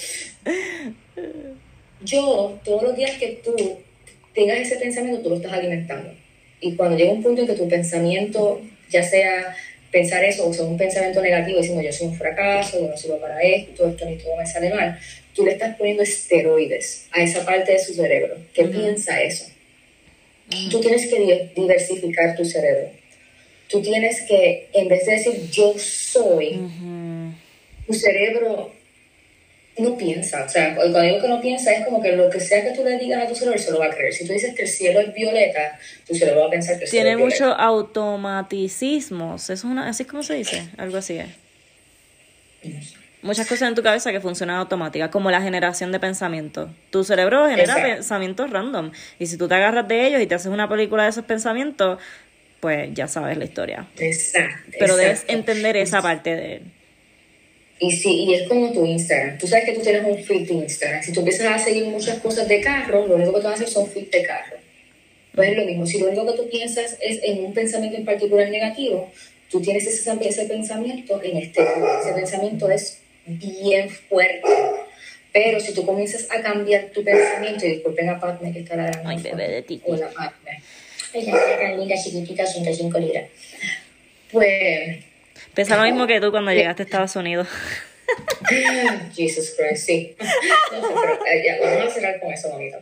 Yo, todos los días que tú tengas ese pensamiento, tú lo estás alimentando. Y cuando llega un punto en que tu pensamiento, ya sea pensar eso o sea un pensamiento negativo diciendo yo soy un fracaso, yo no sirvo para esto, esto ni todo me sale mal, tú le estás poniendo esteroides a esa parte de su cerebro que uh-huh. piensa eso. Uh-huh. Tú tienes que diversificar tu cerebro. Tú tienes que, en vez de decir yo soy, uh-huh. tu cerebro no piensa. O sea, cuando digo que no piensa es como que lo que sea que tú le digas a tu cerebro se lo va a creer. Si tú dices que el cielo es violeta, tu cerebro va a pensar que el cielo tiene es violeta. Tiene muchos automaticismos. Eso es una, ¿así es como se dice? Algo así es. No sé. Muchas cosas en tu cabeza que funcionan automáticas, como la generación de pensamientos. Tu cerebro genera Exacto. pensamientos random. Y si tú te agarras de ellos y te haces una película de esos pensamientos, pues ya sabes la historia. Exacto. Pero exacto. debes entender esa parte de él. Y sí, y es como tu Instagram. Tú sabes que tú tienes un feed de Instagram. Si tú empiezas a seguir muchas cosas de carro, lo único que te vas a hacer son feed de carro. Pues es lo mismo. Si lo único que tú piensas es en un pensamiento en particular negativo, tú tienes ese, ese pensamiento en este. Ese pensamiento es bien fuerte. Pero si tú comienzas a cambiar tu pensamiento, y disculpen a Patme que está la Ay, bebé de Titi. Hola, Patme. Ella es tan linda, chiquitita, ciento cinco libras. Pues... Pesa lo mismo que tú cuando llegaste a Estados Unidos. Jesus Christ, sí. No sé, pero eh, ya, vamos a cerrar con eso, bonito.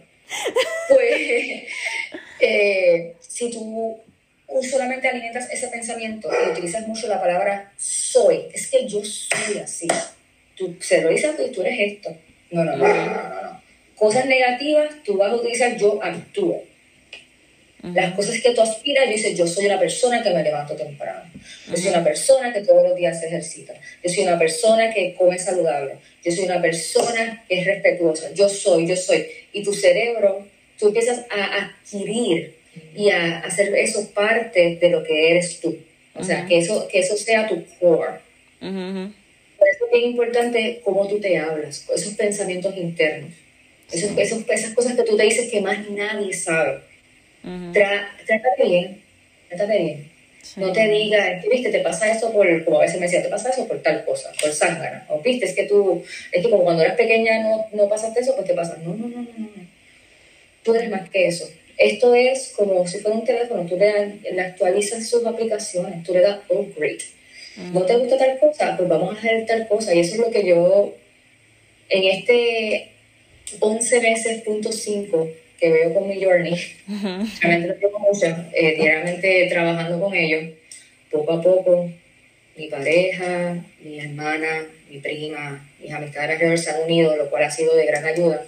Pues, eh, si tú solamente alimentas ese pensamiento y utilizas mucho la palabra soy, es que yo soy así. Tú se lo dices y tú eres esto. No, no, no, no, no, no. Cosas negativas, tú vas a utilizar yo actúo. Uh-huh. Las cosas que tú aspiras, dices, yo soy una persona que me levanto temprano. Yo soy una persona que todos los días se ejercita. Yo soy una persona que come saludable. Yo soy una persona que es respetuosa. Yo soy, yo soy. Y tu cerebro, tú empiezas a adquirir y a hacer eso parte de lo que eres tú. O sea, uh-huh. que, eso, que eso sea tu core. Uh-huh. Por eso es bien importante cómo tú te hablas, esos pensamientos internos. Esos, esos, esas cosas que tú te dices que más nadie sabe. Uh-huh. Tra, trátate bien, trátate bien. Sí. No te digas, viste, te pasa eso por, como a veces me decía, te pasa eso por tal cosa, por zángana. O viste, es que tú, es que como cuando eras pequeña no, no pasaste eso, pues te pasa. No, no, no, no, no. Tú eres más que eso. Esto es como si fuera un teléfono, tú le, le actualizas sus aplicaciones, tú le das upgrade. Uh-huh. ¿No te gusta tal cosa? Pues vamos a hacer tal cosa. Y eso es lo que yo, en este once meses punto cinco que veo con mi journey, uh-huh. realmente lo llevo mucho, eh, diariamente trabajando con ellos, poco a poco, mi pareja, mi hermana, mi prima, mis amistades alrededor se han unido, lo cual ha sido de gran ayuda,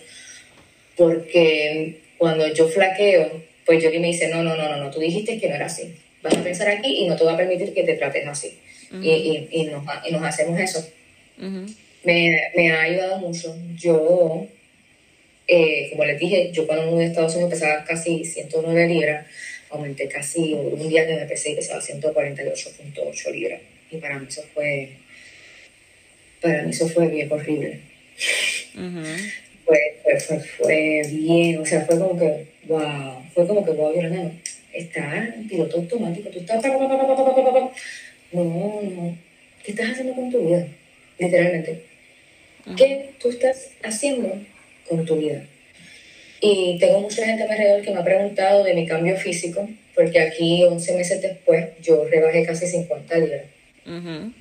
porque cuando yo flaqueo, pues yo que me dice, no, no, no, no, no, tú dijiste que no era así, vas a pensar aquí y no te va a permitir que te trates así, uh-huh. y, y, y, nos, y nos hacemos eso. Uh-huh. Me, me ha ayudado mucho. Yo... Eh, como les dije, yo cuando me mudé a Estados Unidos pesaba casi ciento nueve libras, aumenté casi, un día que me pesé y pesaba ciento cuarenta y ocho punto ocho libras, y para mí eso fue, para mí eso fue bien horrible. Uh-huh. Fue, fue, fue, fue bien, o sea, fue como que, wow, fue como que, wow, Yolanda, está en piloto automático, tú estás, no, no, ¿qué estás haciendo con tu vida? Literalmente. Uh-huh. ¿Qué tú estás haciendo con tu vida? Y tengo mucha gente a mi alrededor que me ha preguntado de mi cambio físico, porque aquí once meses después yo rebajé casi cincuenta libras. Uh-huh.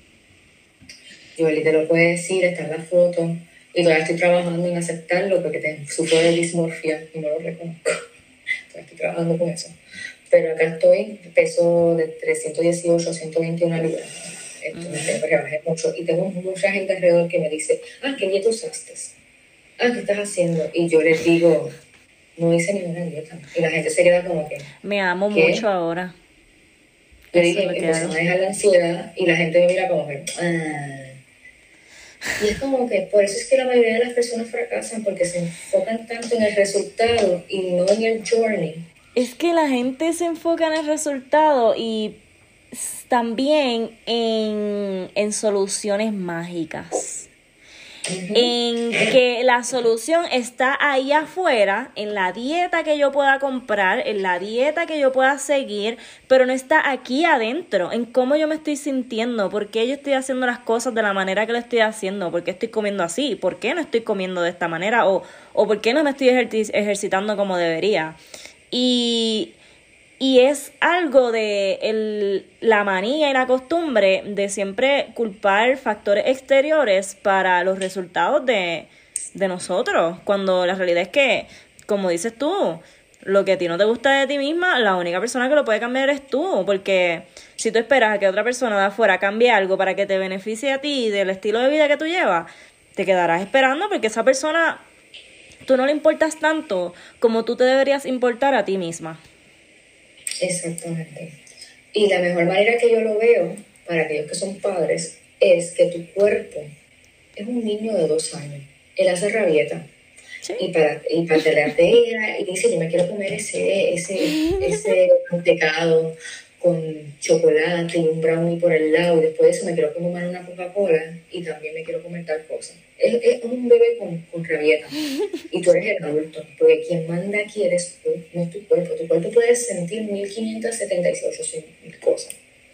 Yo te lo puedo decir, está en la foto, y todavía estoy trabajando en aceptarlo porque te, sufro de dismorfia y no lo reconozco. Todavía estoy trabajando con eso. Pero acá estoy, peso de trescientos dieciocho a ciento veintiuna libras. Entonces, uh-huh. rebajé mucho. Y tengo mucha gente alrededor que me dice, ah, ¿qué dieta usaste? Ah, ¿qué estás haciendo? Y yo les digo, no hice ninguna dieta. Y la gente se queda como que... Me amo ¿qué? Mucho ahora. Yo dije, empezó a dejar la ansiedad y la gente me mira como que... Ah. Y es como que, por eso es que la mayoría de las personas fracasan, porque se enfocan tanto en el resultado y no en el journey. Es que la gente se enfoca en el resultado y también en, en soluciones mágicas. Uh-huh. En que la solución está ahí afuera, en la dieta que yo pueda comprar, en la dieta que yo pueda seguir, pero no está aquí adentro, en cómo yo me estoy sintiendo, por qué yo estoy haciendo las cosas de la manera que lo estoy haciendo, por qué estoy comiendo así, por qué no estoy comiendo de esta manera, o, o por qué no me estoy ejerc- ejercitando como debería. Y... Y es algo de el, la manía y la costumbre de siempre culpar factores exteriores para los resultados de, de nosotros, cuando la realidad es que, como dices tú, lo que a ti no te gusta de ti misma, la única persona que lo puede cambiar es tú, porque si tú esperas a que otra persona de afuera cambie algo para que te beneficie a ti del estilo de vida que tú llevas, te quedarás esperando porque esa persona, tú no le importas tanto como tú te deberías importar a ti misma. Exactamente. Y la mejor manera que yo lo veo, para aquellos que son padres, es que tu cuerpo es un niño de dos años. Él hace rabieta. ¿Sí? Y para y pataletea y dice, yo me quiero comer ese, ese, ese mantecado con chocolate y un brownie por el lado, y después de eso me quiero comer una Coca-Cola y también me quiero comer tal cosa. Es, es un bebé con, con rabieta. Y tú eres el adulto, porque quien manda aquí eres tú, no es tu cuerpo. Tu cuerpo puede sentir mil quinientas setenta y ocho mil cosas.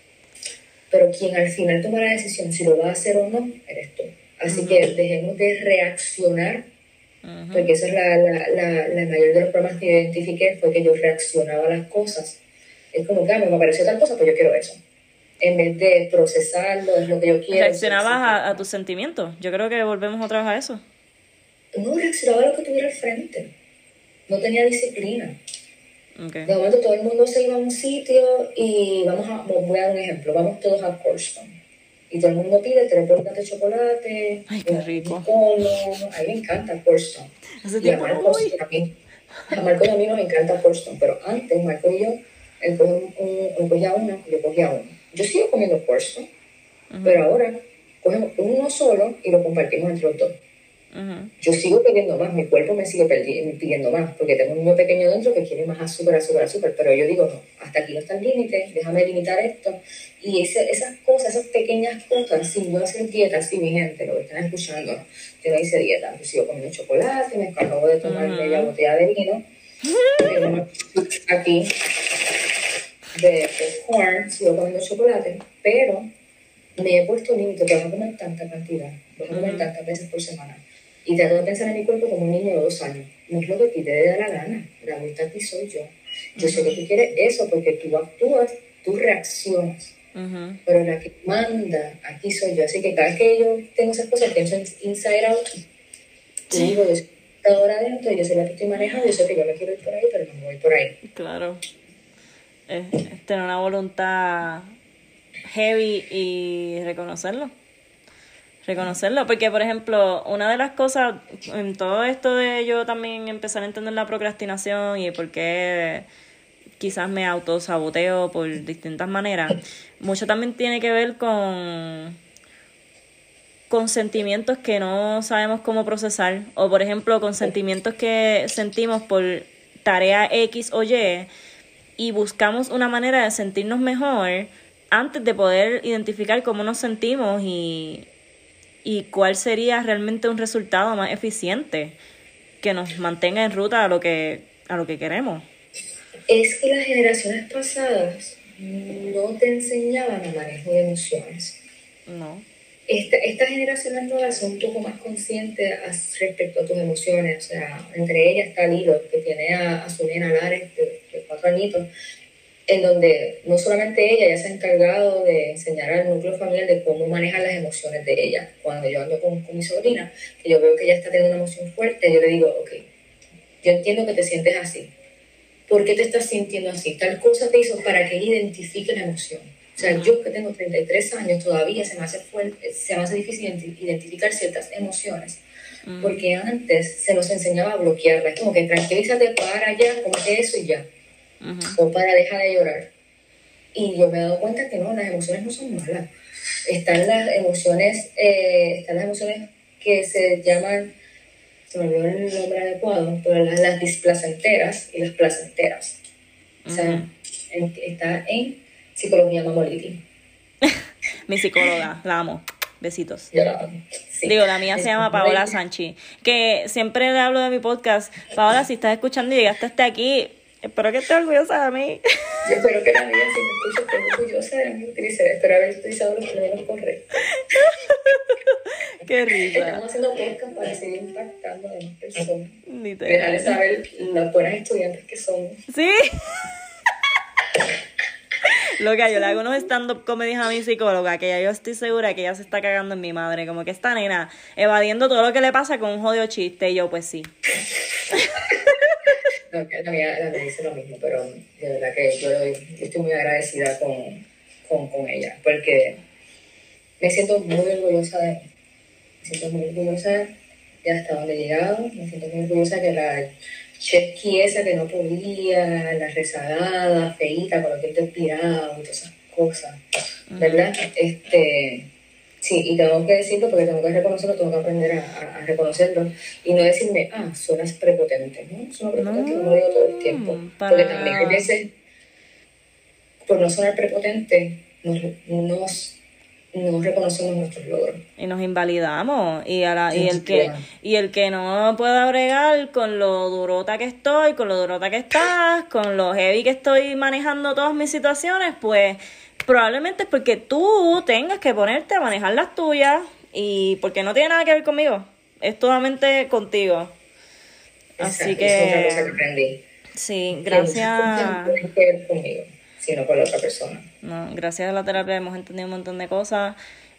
Pero quien al final toma la decisión si lo va a hacer o no, eres tú. Así uh-huh. que dejemos de reaccionar, uh-huh. porque esa es la, la, la, la mayor de los problemas que identifiqué, fue que yo reaccionaba a las cosas. Es como que, ah, me apareció tal cosa, pues yo quiero eso. En vez de procesarlo, es lo que yo quiero. ¿Reaccionabas a, a tus sentimientos? Yo creo que volvemos otra vez a eso. No, reaccionaba a lo que tuviera al frente. No tenía disciplina. Okay. De momento todo el mundo se iba a un sitio y vamos a, voy a dar un ejemplo, vamos todos a Cornerstone. Y todo el mundo pide tres bolitas de chocolate. Ay, qué rico. Cono. A mí me encanta Cornerstone. Y a Marco, a mí, a Marco y a mí nos encanta Cornerstone, pero antes Marco y yo, él cogía, un, un, él cogía uno, yo cogía uno. Yo sigo comiendo Cornerstone, uh-huh. pero ahora cogemos uno solo y lo compartimos entre los dos. Uh-huh. Yo sigo pidiendo más, mi cuerpo me sigue pidiendo más, porque tengo un niño pequeño dentro que quiere más azúcar, azúcar, azúcar, pero yo digo, no, hasta aquí no está el límite, déjame limitar esto. Y ese, esas cosas, esas pequeñas cosas, sin yo hacer dieta, sí, mi gente, lo que están escuchando, ¿no? Yo no hice dieta, yo sigo comiendo chocolate, me acabo de tomar uh-huh. media botella de vino, tengo aquí de, de corn, sigo comiendo chocolate, pero me he puesto límite, que vas a comer tanta cantidad, vas a comer uh-huh. tantas veces por semana. Y trato de pensar en mi cuerpo como un niño de dos años. No es lo que a ti te da la gana. La adulta aquí soy yo. Yo uh-huh. sé que tú quieres eso porque tú actúas, tú reaccionas. Uh-huh. Pero la que manda aquí soy yo. Así que cada vez que yo tengo esas cosas, pienso en inside out. Sí. Y digo, yo soy ahora adentro, yo sé la que estoy manejando, yo sé que yo me quiero ir por ahí, pero no me voy por ahí. Claro. Es, es tener una voluntad heavy y reconocerlo. Reconocerlo, porque por ejemplo, una de las cosas en todo esto de yo también empezar a entender la procrastinación y por qué quizás me autosaboteo por distintas maneras, mucho también tiene que ver con con sentimientos que no sabemos cómo procesar, o por ejemplo con sentimientos que sentimos por tarea X o Y y buscamos una manera de sentirnos mejor antes de poder identificar cómo nos sentimos y y cuál sería realmente un resultado más eficiente que nos mantenga en ruta a lo que a lo que queremos. Es que las generaciones pasadas no te enseñaban a manejo de emociones. No. Esta, estas generaciones nuevas son un poco más conscientes respecto a tus emociones. O sea, entre ellas está Lilo, que tiene a, a su nena Lares, de, de cuatro añitos, en donde no solamente ella ya se ha encargado de enseñar al núcleo familiar de cómo manejar las emociones de ella. Cuando yo ando con, con mi sobrina, que yo veo que ella está teniendo una emoción fuerte, yo le digo, ok, yo entiendo que te sientes así. ¿Por qué te estás sintiendo así? Tal cosa te hizo para que ella identifique la emoción. O sea, yo que tengo treinta y tres años, todavía se me hace, fuerte, se me hace difícil identificar ciertas emociones. Uh-huh. Porque antes se nos enseñaba a bloquearlas. Es como que tranquilízate, para allá, como que eso y ya. Uh-huh. O para dejar de llorar. Y yo me he dado cuenta que no, las emociones no son malas. Están las emociones, eh, están las emociones que se llaman, se me olvidó el nombre adecuado, pero las, las displacenteras y las placenteras. Uh-huh. O sea, en, está en Psicología Mamoliti. Mi psicóloga, la amo. Besitos. Yo la amo. Sí. Digo, la mía se llama Paola Sanchi. Que siempre le hablo de mi podcast. Paola, si estás escuchando y llegaste hasta aquí, espero que estés orgullosa de mí. Yo espero que la vida, si me escuchas, esté orgullosa de mí. Utilicé, espero haber utilizado los términos correctos. Qué risa. Estamos haciendo podcast para seguir impactando a las personas. Literal. Dejarles saber las buenas estudiantes que somos. Sí. Loca, yo le hago unos stand-up comedies a mi psicóloga, que ya yo estoy segura que ella se está cagando en mi madre. Como que esta nena evadiendo todo lo que le pasa con un jodido chiste. Y yo, pues sí. No, la mía, la mía dice lo mismo, pero de verdad que yo, yo estoy muy agradecida con, con, con ella, porque me siento muy orgullosa de mí. Me siento muy orgullosa de hasta dónde he llegado. Me siento muy orgullosa que la chesqui esa que no podía, la rezagada, feíta, con los dientes estirados y todas esas cosas, ¿verdad? Uh-huh. Este, sí, y tengo que decirlo porque tengo que reconocerlo, tengo que aprender a, a, a reconocerlo y no decirme, ah, suenas prepotente, ¿no? Suena prepotente, no, no lo digo todo el tiempo. Para... Porque también hay veces, por no sonar prepotente, nos, nos no reconocemos nuestros logros y nos invalidamos y a la, y el que y el que no pueda bregar con lo durota que estoy, con lo durota que estás, con lo heavy que estoy manejando todas mis situaciones, pues probablemente es porque tú tengas que ponerte a manejar las tuyas y porque no tiene nada que ver conmigo, es totalmente contigo. Exacto, así que es otra cosa que aprendí. Sí, gracias. No tiene que ver conmigo, sino con la otra persona. No, gracias a la terapia hemos entendido un montón de cosas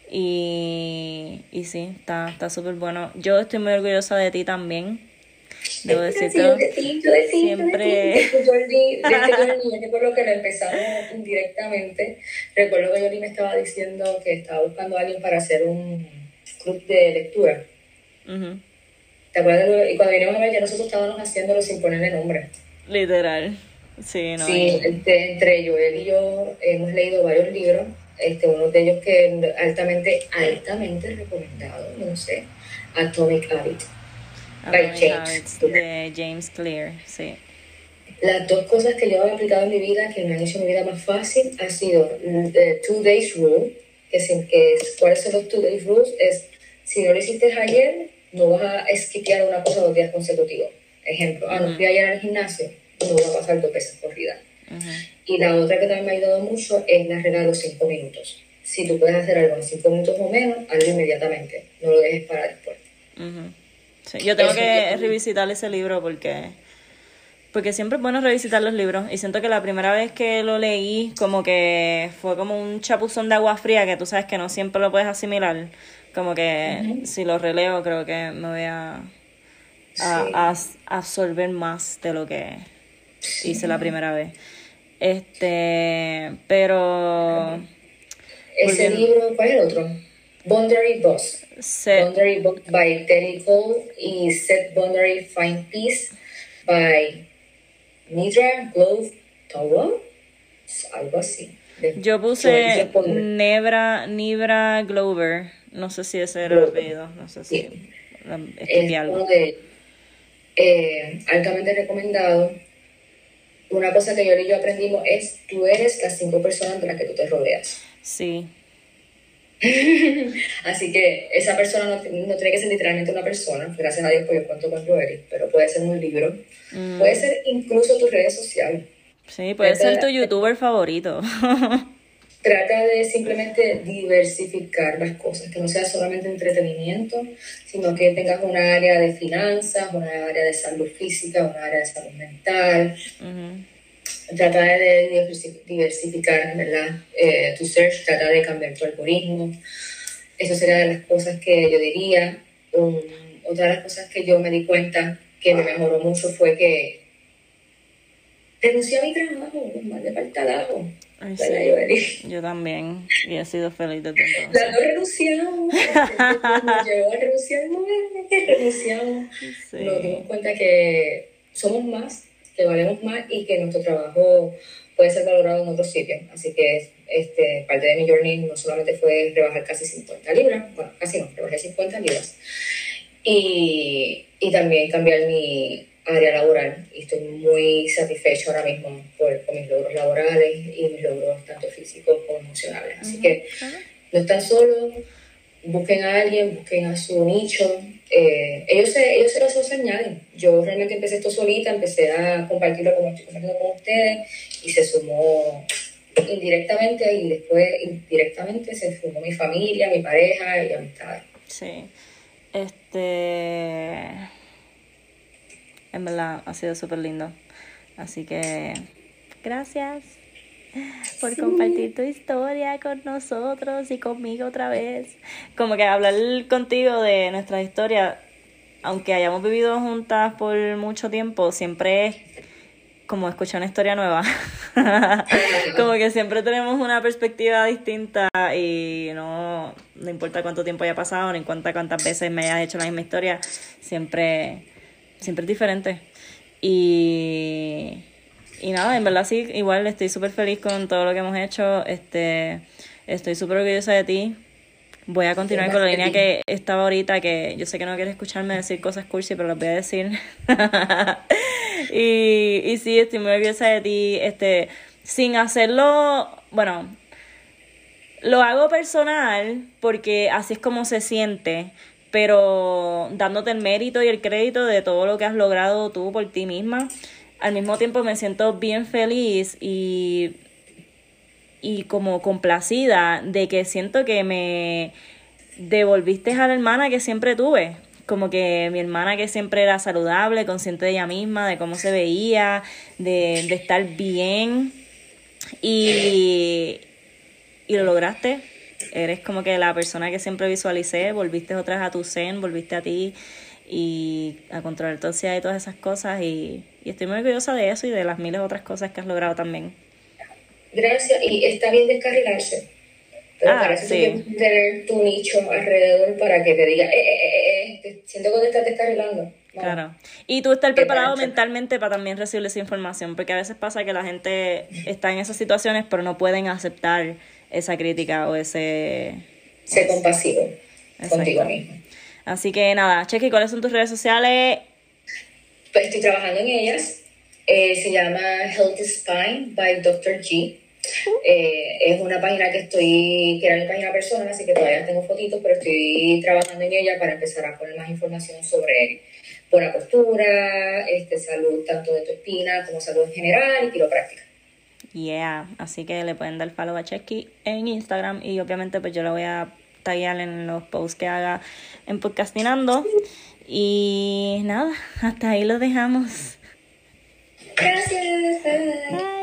y, y sí, está está súper bueno. Yo estoy muy orgullosa de ti también. Debo decirte. Yo de ti, yo de ti, siempre. De este Jordi, de este Jordi, yo recuerdo que lo empezamos indirectamente. Recuerdo que Jordi me estaba diciendo que estaba buscando a alguien para hacer un club de lectura. Uh-huh. ¿Te acuerdas? Y cuando vinimos a ver, ya nosotros estábamos haciéndolo sin ponerle nombre. Literal. Sí, no. Sí, este, entre Joel y yo hemos leído varios libros, este, uno de ellos que altamente, altamente recomendado, no sé, Atomic Habit, by James de James Clear, sí. Las dos cosas que yo he aplicado en mi vida, que me han hecho mi vida más fácil, ha sido the Two Days Rule, que, es, que es, ¿cuáles son los Two Days Rules? Es, si no lo hiciste ayer, no vas a esquipear una cosa dos días consecutivos. Ejemplo, ah, no fui ayer al gimnasio, no voy a pasar dos veces corridas. Uh-huh. Y la otra que también me ha ayudado mucho es la regla de los cinco minutos. Si tú puedes hacer algo en cinco minutos o menos, hazlo inmediatamente. No lo dejes para después. Uh-huh. Sí, yo tengo Eso que es revisitar ese libro porque, porque siempre es bueno revisitar los libros. Y siento que la primera vez que lo leí, como que fue como un chapuzón de agua fría que tú sabes que no siempre lo puedes asimilar. Como que uh-huh. si lo releo, creo que me voy a, a, sí. a absorber más de lo que sí. hice la primera vez. Este, pero... Ese porque... libro, ¿cuál es el otro? Boundary Boss. Set. Boundary Book by Terry Cole y Set Boundary Find Peace by Nidra Glove Towell. Algo así. Yo puse Nebra, Nibra Glover. No sé si ese era el apellido. No sé si sí. Es algo. De, eh, altamente recomendado. Una cosa que yo y yo aprendimos es, tú eres las cinco personas de las que tú te rodeas. Sí. Así que esa persona no, no tiene que ser literalmente una persona, gracias a Dios porque yo cuento con Joel, pero puede ser un libro, mm. puede ser incluso tus redes sociales. Sí, puede trata ser tu youtuber favorito. Trata de simplemente diversificar las cosas, que no sea solamente entretenimiento, sino que tengas una área de finanzas, una área de salud física, una área de salud mental. Uh-huh. Trata de diversificar, ¿verdad? Eh, tu search, trata de cambiar tu algoritmo. Eso sería de las cosas que yo diría. Um, otra de las cosas que yo me di cuenta que me mejoró mucho fue que renuncié a mi trabajo, más de falta trabajo. Ay, sí. Yo también, y he sido feliz desde entonces. La no renunciamos, nos llegó a renunciar, no renunciamos. Sí. Nos dimos cuenta que somos más, que valemos más y que nuestro trabajo puede ser valorado en otros sitios. Así que este, parte de mi journey no solamente fue rebajar casi cincuenta libras, bueno, casi no, rebajé cincuenta libras. Y, y también cambiar mi área laboral y estoy muy satisfecha ahora mismo por, por mis logros laborales y mis logros tanto físicos como emocionales. Así uh-huh. que no están solos, busquen a alguien, busquen a su nicho. Eh, ellos, se, ellos se los señalen. Yo realmente empecé esto solita, empecé a compartirlo como estoy compartiendo con ustedes y se sumó indirectamente y después indirectamente se sumó mi familia, mi pareja y amistades. Sí, este... en verdad ha sido súper lindo. Así que gracias por sí. compartir tu historia con nosotros y conmigo otra vez. Como que hablar contigo de nuestra historia, aunque hayamos vivido juntas por mucho tiempo, siempre es como escuchar una historia nueva. Como que siempre tenemos una perspectiva distinta y no, no importa cuánto tiempo haya pasado, no importa cuántas veces me hayas hecho la misma historia, siempre, siempre es diferente. Y... Y nada, en verdad sí, igual estoy súper feliz con todo lo que hemos hecho. Este, estoy súper orgullosa de ti. Voy a continuar sí, con la línea que estaba ahorita, que yo sé que no quieres escucharme decir cosas cursi, pero las voy a decir. y, y sí, estoy muy orgullosa de ti. Este, sin hacerlo, bueno, lo hago personal porque así es como se siente, pero dándote el mérito y el crédito de todo lo que has logrado tú por ti misma. Al mismo tiempo me siento bien feliz y, y como complacida de que siento que me devolviste a la hermana que siempre tuve. Como que mi hermana que siempre era saludable, consciente de ella misma, de cómo se veía, de, de estar bien. Y, y lo lograste. Eres como que la persona que siempre visualicé, volviste otra vez a tu zen, volviste a ti y a controlar tu ansiedad y todas esas cosas y, y estoy muy orgullosa de eso y de las miles de otras cosas que has logrado también. Gracias, y está bien descarrilarse, pero ah, para eso sí. tienes que tener tu nicho alrededor para que te diga, eh, eh, eh, eh, siento que te estás descarrilando. No. Claro, y tú estar preparado mentalmente para también recibir esa información, porque a veces pasa que la gente está en esas situaciones pero no pueden aceptar esa crítica o ese... Sé compasivo contigo mismo. Así que nada, Chequi, ¿cuáles son tus redes sociales? Pues estoy trabajando en ellas. Eh, se llama Healthy Spine by doctor G. Eh, es una página que estoy, que era mi página personal, así que todavía tengo fotitos, pero estoy trabajando en ella para empezar a poner más información sobre buena postura, este, salud tanto de tu espina como salud en general y quiropráctica. Yeah, así que le pueden dar follow a Chequi en Instagram y obviamente pues yo la voy a taguear en los posts que haga en Podcastinando. Y nada, hasta ahí lo dejamos. Gracias. Bye.